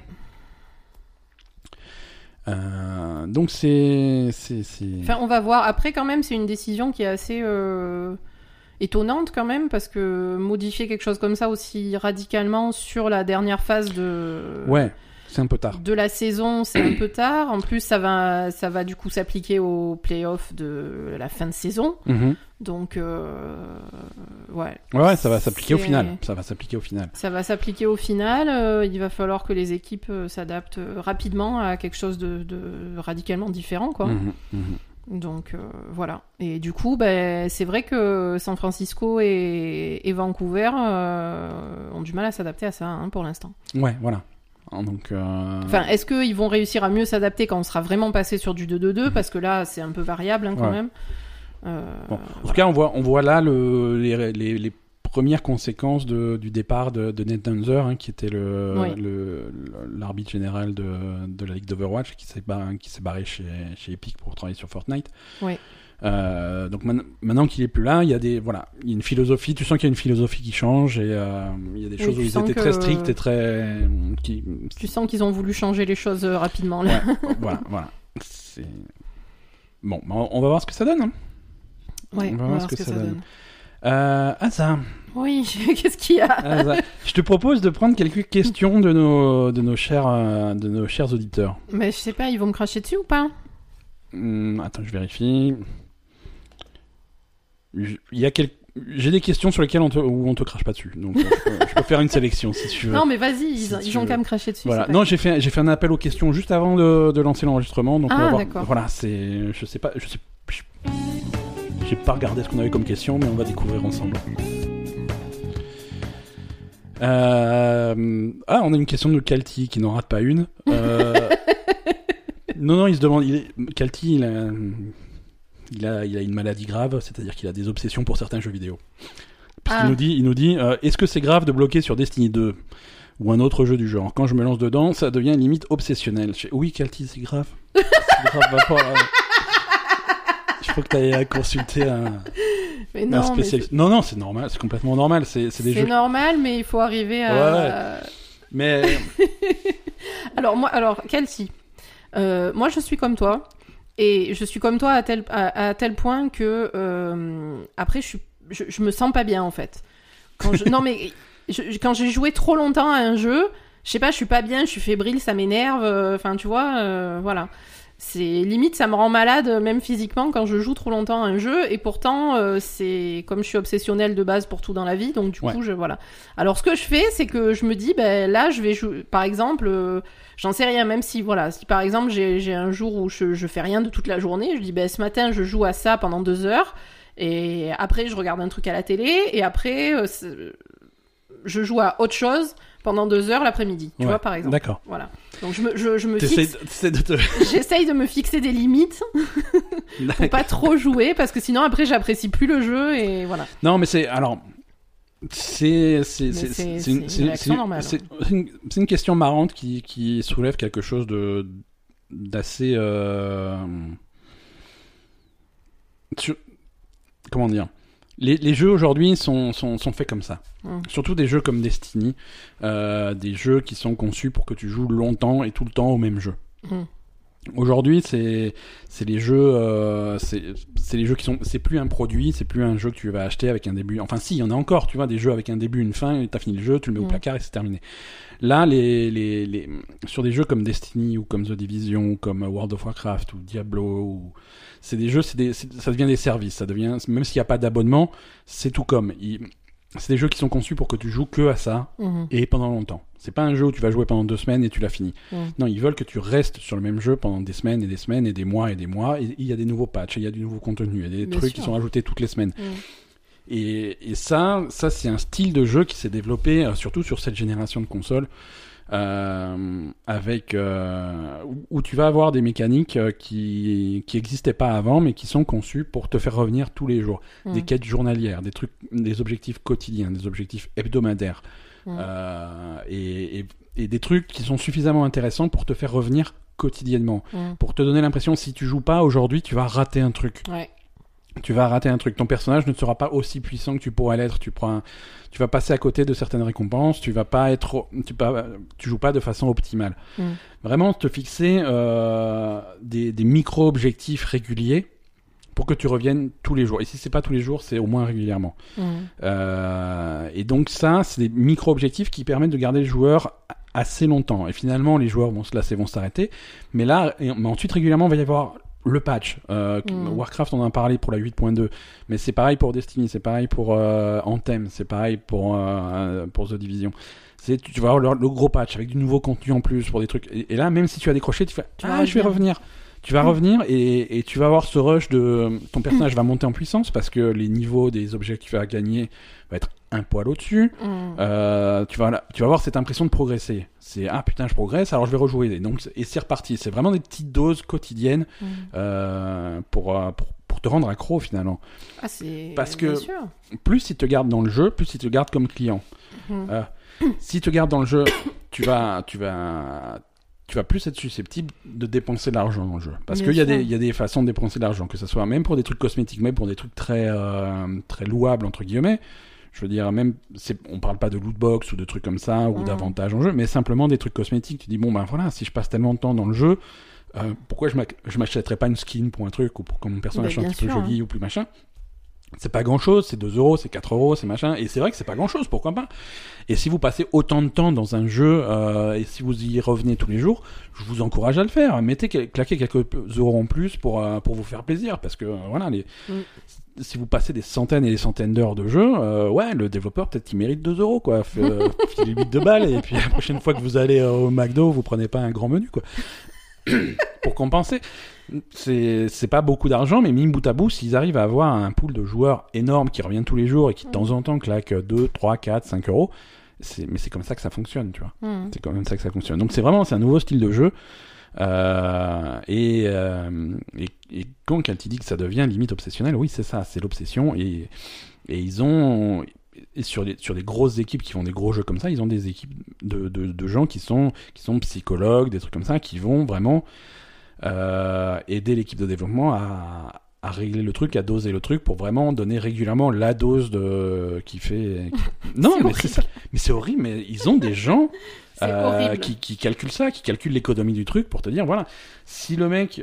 Donc c'est. Enfin, on va voir. Après, quand même, c'est une décision qui est assez étonnante quand même, parce que modifier quelque chose comme ça aussi radicalement sur la dernière phase de. Ouais. C'est un peu tard. De la saison, c'est un peu tard. En plus, ça va du coup s'appliquer aux playoffs de la fin de saison. Donc, Ouais, ça va s'appliquer au final. Ça va s'appliquer au final. Il va falloir que les équipes s'adaptent rapidement à quelque chose de radicalement différent, quoi. Donc, voilà. Et du coup, c'est vrai que San Francisco et Vancouver ont du mal à s'adapter à ça, hein, pour l'instant. Ouais, voilà. Donc, Enfin, est-ce qu'ils vont réussir à mieux s'adapter quand on sera vraiment passé sur du 2-2-2 parce que là, c'est un peu variable, hein, quand même. Bon. En tout cas, on voit là les premières conséquences du départ de Nate Dunzer, hein, qui était l'arbitre général de la Ligue d'Overwatch, qui s'est barré chez Epic pour travailler sur Fortnite. Oui. Donc maintenant qu'il est plus là, il y a une philosophie. Tu sens qu'il y a une philosophie qui change et il y a des choses où ils étaient très stricts et très. Tu sens qu'ils ont voulu changer les choses rapidement là. Ouais, voilà. C'est bon. On va voir ce que ça donne. Hein. Ouais, on va voir ce que ça donne. Asa. Oui, qu'est-ce qu'il y a? Asa. Je te propose de prendre quelques questions de nos chers auditeurs. Mais je sais pas, ils vont me cracher dessus ou pas? Attends, je vérifie. J'ai des questions sur lesquelles on te crache pas dessus, donc je peux faire une sélection si tu veux. Non, mais vas-y, ils ont qu'à me cracher dessus. Voilà. Non, j'ai fait un appel aux questions juste avant de lancer l'enregistrement, donc on va voir. D'accord. Voilà, j'ai pas regardé ce qu'on avait comme question, mais on va découvrir ensemble. On a une question de Kalti qui n'en rate pas une. Non, il se demande. Kalti, il a une maladie grave, c'est-à-dire qu'il a des obsessions pour certains jeux vidéo. Il nous dit est-ce que c'est grave de bloquer sur Destiny 2 ou un autre jeu du genre? Quand je me lance dedans, ça devient limite obsessionnel. Oui, Kalti, c'est grave. C'est grave, va pas. Il faut que tu ailles consulter un spécialiste. Non, c'est normal, c'est complètement normal. C'est des jeux. C'est normal, mais il faut arriver à. Ouais. Mais. Alors, Kalti. Moi, je suis comme toi. Et je suis comme toi à tel point que après je me sens pas bien en fait. Quand j'ai joué trop longtemps à un jeu, je sais pas, je suis pas bien, je suis fébrile, ça m'énerve. Enfin, tu vois, voilà. C'est limite, ça me rend malade même physiquement quand je joue trop longtemps à un jeu. Et pourtant, c'est comme je suis obsessionnelle de base pour tout dans la vie, donc du coup, voilà. Alors, ce que je fais, c'est que je me dis, là, je vais jouer. Par exemple. J'en sais rien, même si par exemple j'ai un jour où je fais rien de toute la journée, je dis ce matin je joue à ça pendant 2 heures, et après je regarde un truc à la télé, et après je joue à autre chose pendant 2 heures l'après-midi, tu vois, par exemple. D'accord. Voilà. Donc je me fixe... J'essaye de me fixer des limites pour pas trop jouer, parce que sinon après j'apprécie plus le jeu, et voilà. Non, mais c'est une question marrante qui soulève quelque chose d'assez comment dire, les jeux aujourd'hui sont faits comme ça, surtout des jeux comme Destiny, des jeux qui sont conçus pour que tu joues longtemps et tout le temps au même jeu. Aujourd'hui, c'est les jeux, c'est les jeux qui sont, c'est plus un produit, c'est plus un jeu que tu vas acheter avec un début. Enfin, si, il y en a encore, tu vois, des jeux avec un début, une fin, et t'as fini le jeu, tu le mets au placard et c'est terminé. Là, sur des jeux comme Destiny ou comme The Division, ou comme World of Warcraft ou Diablo, c'est des jeux, ça devient des services, ça devient, même s'il n'y a pas d'abonnement, c'est tout comme. C'est des jeux qui sont conçus pour que tu joues que à ça et pendant longtemps. C'est pas un jeu où tu vas jouer pendant 2 semaines et tu l'as fini. Non, ils veulent que tu restes sur le même jeu pendant des semaines et des semaines et des mois, et il y a des nouveaux patchs, il y a du nouveau contenu, il y a des trucs qui sont ajoutés toutes les semaines. Et ça c'est un style de jeu qui s'est développé surtout sur cette génération de consoles, avec où tu vas avoir des mécaniques qui existaient pas avant, mais qui sont conçues pour te faire revenir tous les jours. Des quêtes journalières, des trucs, des objectifs quotidiens, des objectifs hebdomadaires, et des trucs qui sont suffisamment intéressants pour te faire revenir quotidiennement, pour te donner l'impression, si tu joues pas aujourd'hui, tu vas rater un truc. Tu vas rater un truc. Ton personnage ne sera pas aussi puissant que tu pourrais l'être. Tu vas passer à côté de certaines récompenses. Tu joues pas de façon optimale. Vraiment te fixer des micro-objectifs réguliers pour que tu reviennes tous les jours. Et si c'est pas tous les jours, c'est au moins régulièrement. Et donc ça, c'est des micro-objectifs qui permettent de garder le joueur assez longtemps. Et finalement, les joueurs vont se lasser, vont s'arrêter. Mais là, mais ensuite, régulièrement, il va y avoir le patch. Warcraft, on en a parlé pour la 8.2. Mais c'est pareil pour Destiny, c'est pareil pour Anthem, c'est pareil pour The Division. Tu vas avoir le gros patch avec du nouveau contenu en plus pour des trucs. Et là, même si tu as décroché, tu fais je vais revenir. Tu vas revenir et tu vas avoir ce rush de ton personnage va monter en puissance parce que les niveaux des objets que tu vas gagner va être un poil au-dessus. Tu vas avoir cette impression de progresser. C'est putain, je progresse, alors je vais rejouer. Et c'est reparti. C'est vraiment des petites doses quotidiennes pour te rendre accro finalement. Parce que plus ils te gardent dans le jeu, plus ils te gardent comme client. S'ils te gardent dans le jeu, tu vas plus être susceptible de dépenser de l'argent dans le jeu. Parce qu'il y a des façons de dépenser de l'argent, que ce soit même pour des trucs cosmétiques, même pour des trucs très louables, entre guillemets. Je veux dire, même, on parle pas de lootbox ou de trucs comme ça, ou d'avantages en jeu, mais simplement des trucs cosmétiques. Tu dis, bon, ben voilà, si je passe tellement de temps dans le jeu, pourquoi je m'achèterais pas une skin pour un truc, ou pour que mon personnage soit un petit peu joli, ou plus machin. C'est pas grand chose, c'est 2 €, c'est 4 €, c'est machin, et c'est vrai que c'est pas grand chose, pourquoi pas. Et si vous passez autant de temps dans un jeu, et si vous y revenez tous les jours, je vous encourage à le faire. Claquez quelques euros en plus pour vous faire plaisir, parce que voilà, si vous passez des centaines et des centaines d'heures de jeu, le développeur peut-être il mérite 2 €, quoi. Filez 8 de balles, et puis la prochaine fois que vous allez au McDo, vous prenez pas un grand menu, quoi. Pour compenser. C'est pas beaucoup d'argent, mais mis bout à bout, s'ils arrivent à avoir un pool de joueurs énorme qui revient tous les jours et qui de temps en temps claquent 2, 3, 4, 5 €, mais c'est comme ça que ça fonctionne, tu vois. C'est quand même ça que ça fonctionne. Donc c'est un nouveau style de jeu. Et quand tu dis que ça devient limite obsessionnel, oui, c'est ça, c'est l'obsession. Et ils ont... Et sur des grosses équipes qui font des gros jeux comme ça, ils ont des équipes de gens qui sont psychologues, des trucs comme ça, qui vont vraiment aider l'équipe de développement à régler le truc, à doser le truc pour vraiment donner régulièrement la dose qui fait... Non, mais c'est ça. Mais c'est horrible, mais ils ont des gens qui calculent ça, qui calculent l'économie du truc pour te dire, voilà, si le mec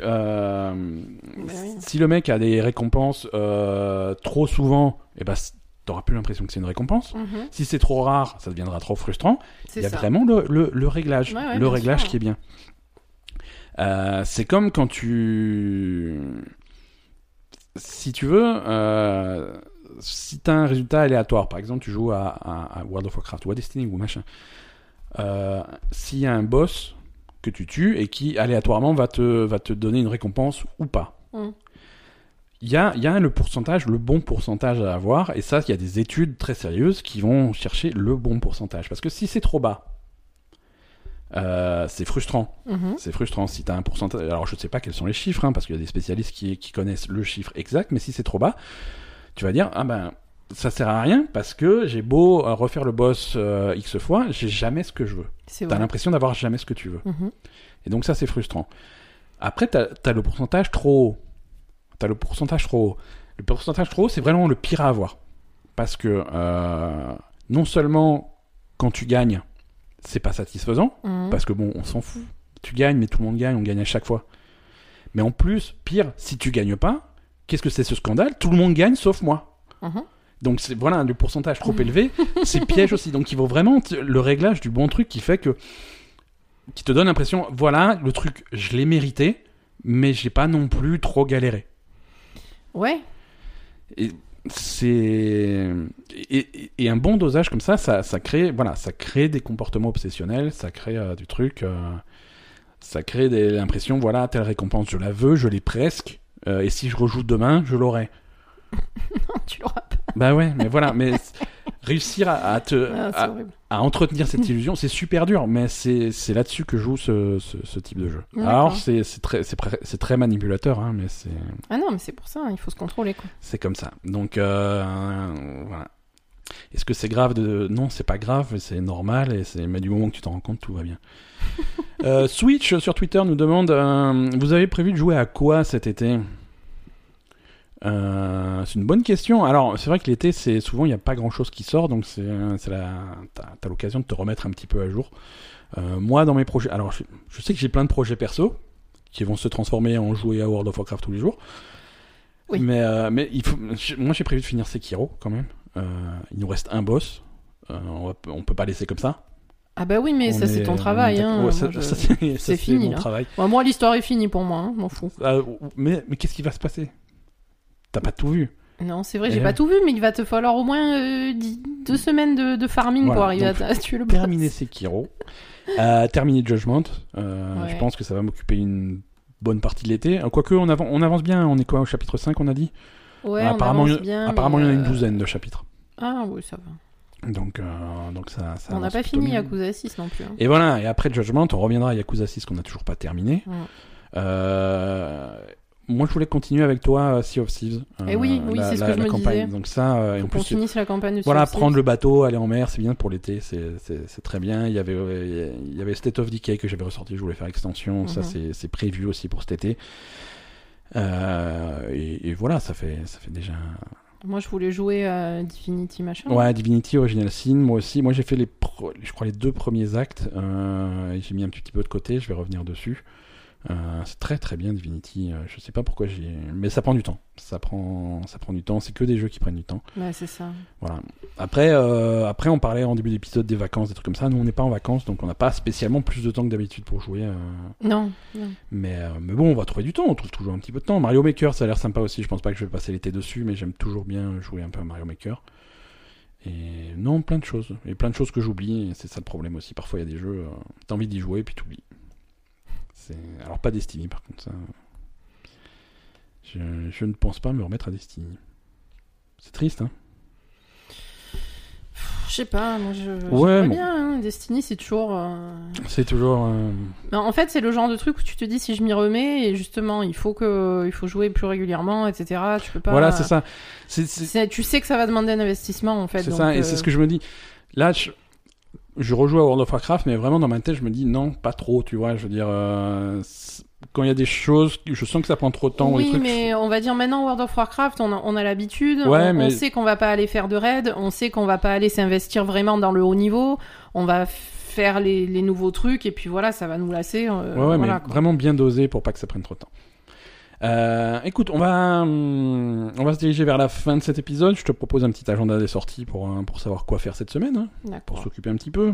a des récompenses trop souvent, t'auras plus l'impression que c'est une récompense. Si c'est trop rare, ça deviendra trop frustrant. Il y a vraiment le réglage, le réglage qui est bien. C'est comme quand si tu veux, si t'as un résultat aléatoire, par exemple tu joues à World of Warcraft ou à Destiny ou machin, s'il y a un boss que tu tues et qui aléatoirement va te donner une récompense ou pas, il y a le pourcentage, le bon pourcentage à avoir, et ça, il y a des études très sérieuses qui vont chercher le bon pourcentage. Parce que si c'est trop bas, c'est frustrant. C'est frustrant si tu as un pourcentage. Alors, je ne sais pas quels sont les chiffres, parce qu'il y a des spécialistes qui connaissent le chiffre exact, mais si c'est trop bas, tu vas dire, ça sert à rien, parce que j'ai beau refaire le boss X fois, j'ai jamais ce que je veux. Tu as l'impression d'avoir jamais ce que tu veux. Et donc, ça, c'est frustrant. Après, tu as le pourcentage trop haut. Le pourcentage trop haut, c'est vraiment le pire à avoir. Parce que non seulement quand tu gagnes, c'est pas satisfaisant, parce que bon, on s'en fout. Tu gagnes, mais tout le monde gagne, on gagne à chaque fois. Mais en plus, pire, si tu gagnes pas, qu'est-ce que c'est ce scandale ? Tout le monde gagne sauf moi. Donc voilà, le pourcentage trop élevé, c'est piège aussi. Donc il faut vraiment le réglage du bon truc qui fait que qui te donne l'impression, voilà, le truc, je l'ai mérité, mais j'ai pas non plus trop galéré. Ouais. Et un bon dosage comme ça crée des comportements obsessionnels, ça crée du truc, ça crée l'impression, voilà, telle récompense, je la veux, je l'ai presque, et si je rejoue demain, je l'aurai. Non, tu l'auras pas. Bah ouais, mais voilà, mais réussir à entretenir cette illusion, c'est super dur, mais c'est là-dessus que joue ce type de jeu. D'accord. Alors c'est très manipulateur, hein, mais c'est... Ah non, mais c'est pour ça, il faut se contrôler, quoi. C'est comme ça. Donc voilà. Est-ce que c'est grave Non, c'est pas grave, c'est normal, mais du moment que tu t'en rends compte, tout va bien. Switch sur Twitter nous demande vous avez prévu de jouer à quoi cet été ? C'est une bonne question. Alors, c'est vrai que l'été, souvent il n'y a pas grand-chose qui sort, donc t'as l'occasion de te remettre un petit peu à jour. Moi, dans mes projets, alors je sais que j'ai plein de projets perso qui vont se transformer en jouer à World of Warcraft tous les jours. Oui. Mais moi, j'ai prévu de finir Sekiro quand même. Il nous reste un boss. On peut pas laisser comme ça. Ah bah oui, mais ça c'est ton travail. Hein. Ouais, ça, Moi, c'est fini. mon Là. travail. Ouais, moi, l'histoire est finie pour moi, m'en fous. Mais qu'est-ce qui va se passer? T'as pas tout vu. Non, c'est vrai, j'ai pas tout vu, mais il va te falloir au moins 2 semaines de farming pour arriver à tuer le boss. Terminer Sekiro, terminer Judgment. Je pense que ça va m'occuper une bonne partie de l'été. Quoique, on avance bien. On est quoi au chapitre 5, on a dit? Ouais, apparemment, il y en a une douzaine de chapitres. Ah oui, ça va. Donc ça on n'a pas fini Yakuza 6 non plus. Hein. Et voilà, et après Judgment, on reviendra à Yakuza 6 qu'on n'a toujours pas terminé. Moi, je voulais continuer avec toi Sea of Thieves. Et oui, c'est ce que je me campagne. disais. Donc ça, et en plus, finisse la campagne de Sea voilà, of Thieves. prendre le bateau, aller en mer, c'est bien pour l'été, c'est très bien. Il y avait State of Decay que j'avais ressorti, je voulais faire extension. Ça, c'est prévu aussi pour cet été. Et voilà, ça fait déjà. Moi, je voulais jouer à Divinity machin. Ouais, Divinity Original Sin, moi aussi. Moi, j'ai fait je crois les 2 premiers actes. Et j'ai mis un petit peu de côté, je vais revenir dessus. C'est très très bien Divinity. Je sais pas pourquoi mais ça prend du temps. Ça prend du temps. C'est que des jeux qui prennent du temps. Ouais, c'est ça. Voilà. Après, on parlait en début d'épisode des vacances, des trucs comme ça. Nous, on n'est pas en vacances, donc on n'a pas spécialement plus de temps que d'habitude pour jouer. Non. Mais bon, on va trouver du temps. On trouve toujours un petit peu de temps. Mario Maker, ça a l'air sympa aussi. Je pense pas que je vais passer l'été dessus, mais j'aime toujours bien jouer un peu à Mario Maker. Et non, plein de choses. Et plein de choses que j'oublie. Et c'est ça le problème aussi. Parfois, il y a des jeux, t'as envie d'y jouer, puis t'oublies. Alors pas Destiny par contre, ça. Je ne pense pas me remettre à Destiny. C'est triste, hein. Je sais pas, moi ouais, bien, hein. Destiny c'est toujours... C'est toujours... En fait c'est le genre de truc où tu te dis si je m'y remets, et justement il faut jouer plus régulièrement, etc. Tu peux pas... Voilà, c'est ça. Tu sais que ça va demander un investissement en fait. C'est donc, ça, et c'est ce que je me dis. Là, je rejoue à World of Warcraft, mais vraiment dans ma tête, je me dis non, pas trop, tu vois. Je veux dire, quand il y a des choses, je sens que ça prend trop de temps. Oui, ou des trucs, mais on va dire maintenant World of Warcraft, on a l'habitude, ouais, on sait qu'on va pas aller faire de raids, on sait qu'on va pas aller s'investir vraiment dans le haut niveau, on va faire les nouveaux trucs, et puis voilà, ça va nous lasser. Ouais, voilà, mais quoi. vraiment bien dosé pour pas que ça prenne trop de temps. Écoute, on va se diriger vers la fin de cet épisode. Je te propose un petit agenda des sorties pour savoir quoi faire cette semaine, hein, pour s'occuper un petit peu.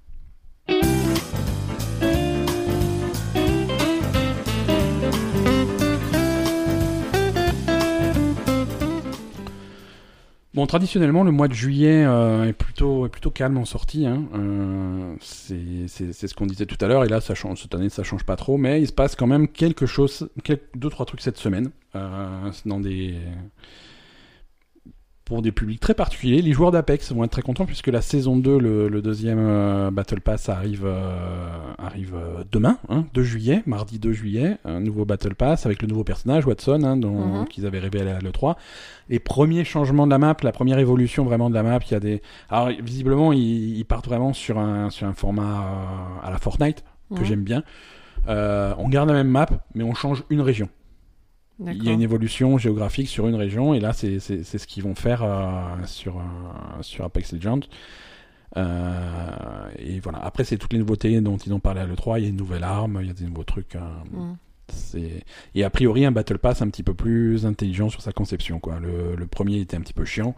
Bon, traditionnellement, le mois de juillet est plutôt calme en sortie. Hein. C'est ce qu'on disait tout à l'heure. Et là, cette année, ça change pas trop. Mais il se passe quand même quelque chose, 2-3 trucs cette semaine. Pour des publics très particuliers. Les joueurs d'Apex vont être très contents puisque la saison 2, le deuxième Battle Pass arrive demain, hein, 2 juillet, mardi 2 juillet, un nouveau Battle Pass avec le nouveau personnage, Watson, hein, qu'ils avaient révélé à l'E3. Les premiers changements de la map, la première évolution vraiment de la map, il y a des... Alors, visiblement, ils partent vraiment sur un format à la Fortnite, que j'aime bien. On garde la même map, mais on change une région. D'accord. Il y a une évolution géographique sur une région, et là, c'est ce qu'ils vont faire sur Apex Legends. Et voilà. Après, c'est toutes les nouveautés dont ils ont parlé à l'E3. Il y a une nouvelle arme, il y a des nouveaux trucs. Et a priori, un Battle Pass un petit peu plus intelligent sur sa conception, quoi. Le premier était un petit peu chiant.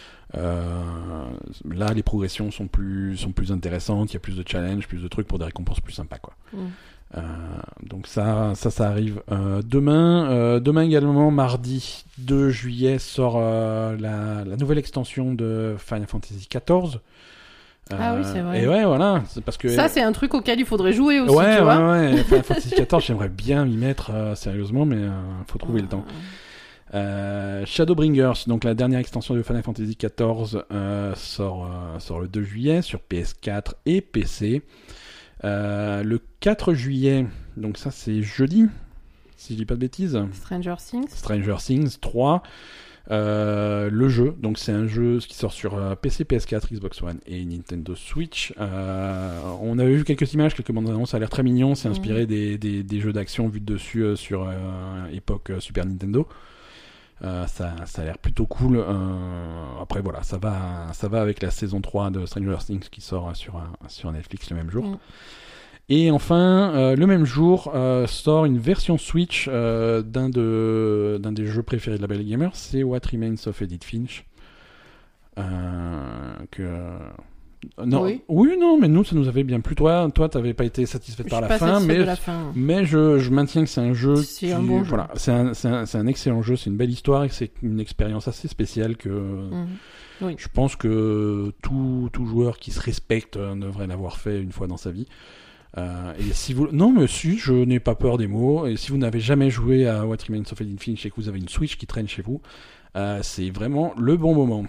Là, les progressions sont plus intéressantes. Il y a plus de challenges, plus de trucs pour des récompenses plus sympas, quoi. Donc ça arrive demain également, mardi 2 juillet sort la nouvelle extension de Final Fantasy XIV. Ah oui, c'est vrai. Et ouais, voilà, c'est parce que ça c'est un truc auquel il faudrait jouer aussi, ouais, tu vois. Ouais, Final Fantasy XIV, j'aimerais bien m'y mettre sérieusement, mais faut trouver le temps. Shadowbringers, donc la dernière extension de Final Fantasy XIV, sort le 2 juillet sur PS4 et PC. Le 4 juillet, donc ça c'est jeudi, si je dis pas de bêtises. Stranger Things 3. Le jeu, donc c'est un jeu qui sort sur PC, PS4, Xbox One et Nintendo Switch. On avait vu quelques images, quelques bandes annonces, ça a l'air très mignon. C'est inspiré des jeux d'action vus de dessus sur époque Super Nintendo. Ça a l'air plutôt cool. Après voilà, ça va avec la saison 3 de Stranger Things qui sort sur Netflix le même jour. Et enfin, le même jour, sort une version Switch d'un des jeux préférés de la Belle Gamer, c'est What Remains of Edith Finch. Non, oui, non, mais nous, ça nous avait bien plu. Toi, t'avais pas été satisfaite par la fin, mais je maintiens que c'est un jeu. C'est un bon jeu. Voilà, c'est un excellent jeu, c'est une belle histoire et c'est une expérience assez spéciale que je pense que tout joueur qui se respecte devrait l'avoir fait une fois dans sa vie. Et si vous... Non, mais si, je n'ai pas peur des mots. Et si vous n'avez jamais joué à What Remains of Edith Finch et que vous avez une Switch qui traîne chez vous, c'est vraiment le bon moment.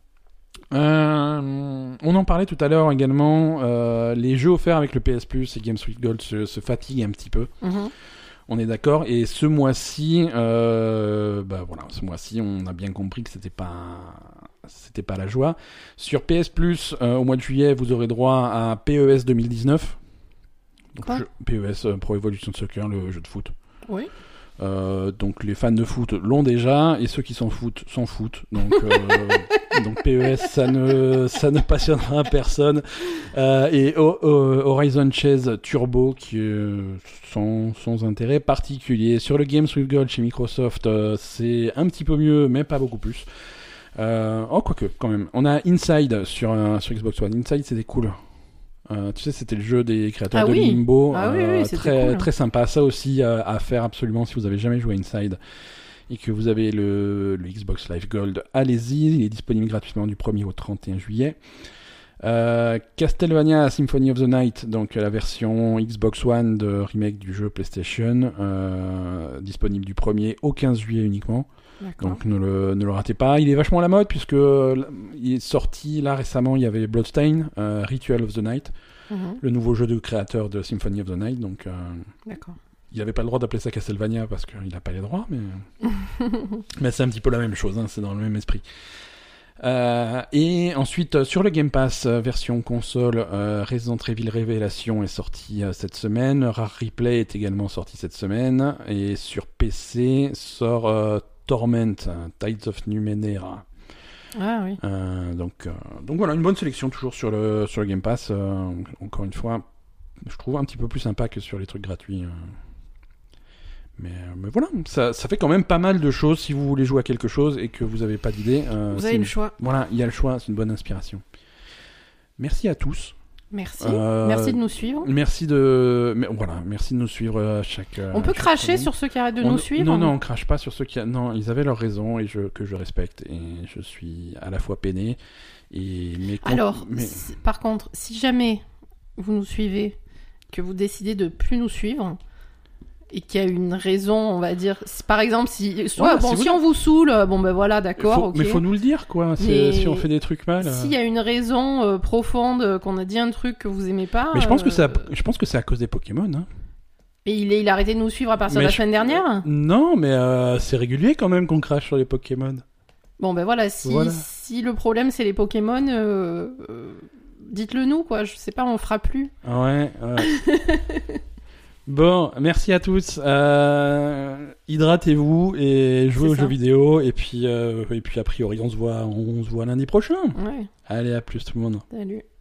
On en parlait tout à l'heure également. Les jeux offerts avec le PS Plus et Games with Gold se fatiguent un petit peu. On est d'accord. Et ce mois-ci, ce mois-ci, on a bien compris que c'était pas la joie. Sur PS Plus, au mois de juillet, vous aurez droit à PES 2019. PES, Pro Evolution Soccer, le jeu de foot. Oui. Donc les fans de foot l'ont déjà et ceux qui s'en foutent s'en foutent. Donc PES ça ne passionnera personne. Et Horizon Chase Turbo qui sans intérêt particulier. Sur le Games with Gold chez Microsoft, c'est un petit peu mieux mais pas beaucoup plus. Quoique quand même. On a Inside sur Xbox One. Inside c'était cool. Tu sais, c'était le jeu des créateurs de Limbo. Très, cool. Très sympa. Ça aussi à faire absolument si vous avez jamais joué à Inside et que vous avez le Xbox Live Gold. Allez-y, il est disponible gratuitement du 1er au 31 juillet. Castlevania Symphony of the Night, donc la version Xbox One de remake du jeu PlayStation, disponible du 1er au 15 juillet uniquement. D'accord. Donc ne le ratez pas. Il est vachement à la mode puisque il est sorti là récemment. Il y avait Bloodstain, Ritual of the Night, le nouveau jeu de créateur de Symphony of the Night. Donc d'accord. Il n'avait pas le droit d'appeler ça Castlevania parce qu'il n'a pas les droits, mais c'est un petit peu la même chose. C'est dans le même esprit. Et ensuite sur le Game Pass version console, Resident Evil Révélation est sorti cette semaine. Rare Replay est également sorti cette semaine. Et sur PC sort Torment, Tides of Numenera. Ah oui. Donc voilà, une bonne sélection toujours sur le Game Pass. Encore une fois, je trouve un petit peu plus sympa que sur les trucs gratuits. Mais voilà, ça fait quand même pas mal de choses si vous voulez jouer à quelque chose et que vous n'avez pas d'idée. Vous avez le choix. Voilà, il y a le choix, c'est une bonne inspiration. Merci à tous. Merci. Merci de nous suivre. Merci de nous suivre à chaque. On peut cracher sur ceux qui arrêtent de nous suivre. Non, on crache pas sur ceux qui. Non, ils avaient leur raison et que je respecte et je suis à la fois peiné par contre, si jamais vous nous suivez, que vous décidez de plus nous suivre. Et qu'il y a une raison, on va dire. Par exemple, si on vous saoule, voilà, d'accord, mais faut nous le dire, quoi. Si on fait des trucs mal. S'il y a une raison profonde, qu'on a dit un truc que vous aimez pas. Mais je pense que c'est à cause des Pokémon. Hein. Et il a arrêté de nous suivre à partir de la semaine dernière. Non, mais c'est régulier quand même qu'on crache sur les Pokémon. Bon, si le problème c'est les Pokémon, dites-le nous, quoi. Je sais pas, on fera plus. Ouais. Bon, merci à tous. Hydratez-vous et jouez aux jeux vidéo. Et puis a priori, on se voit lundi prochain. Ouais. Allez, à plus tout le monde. Salut.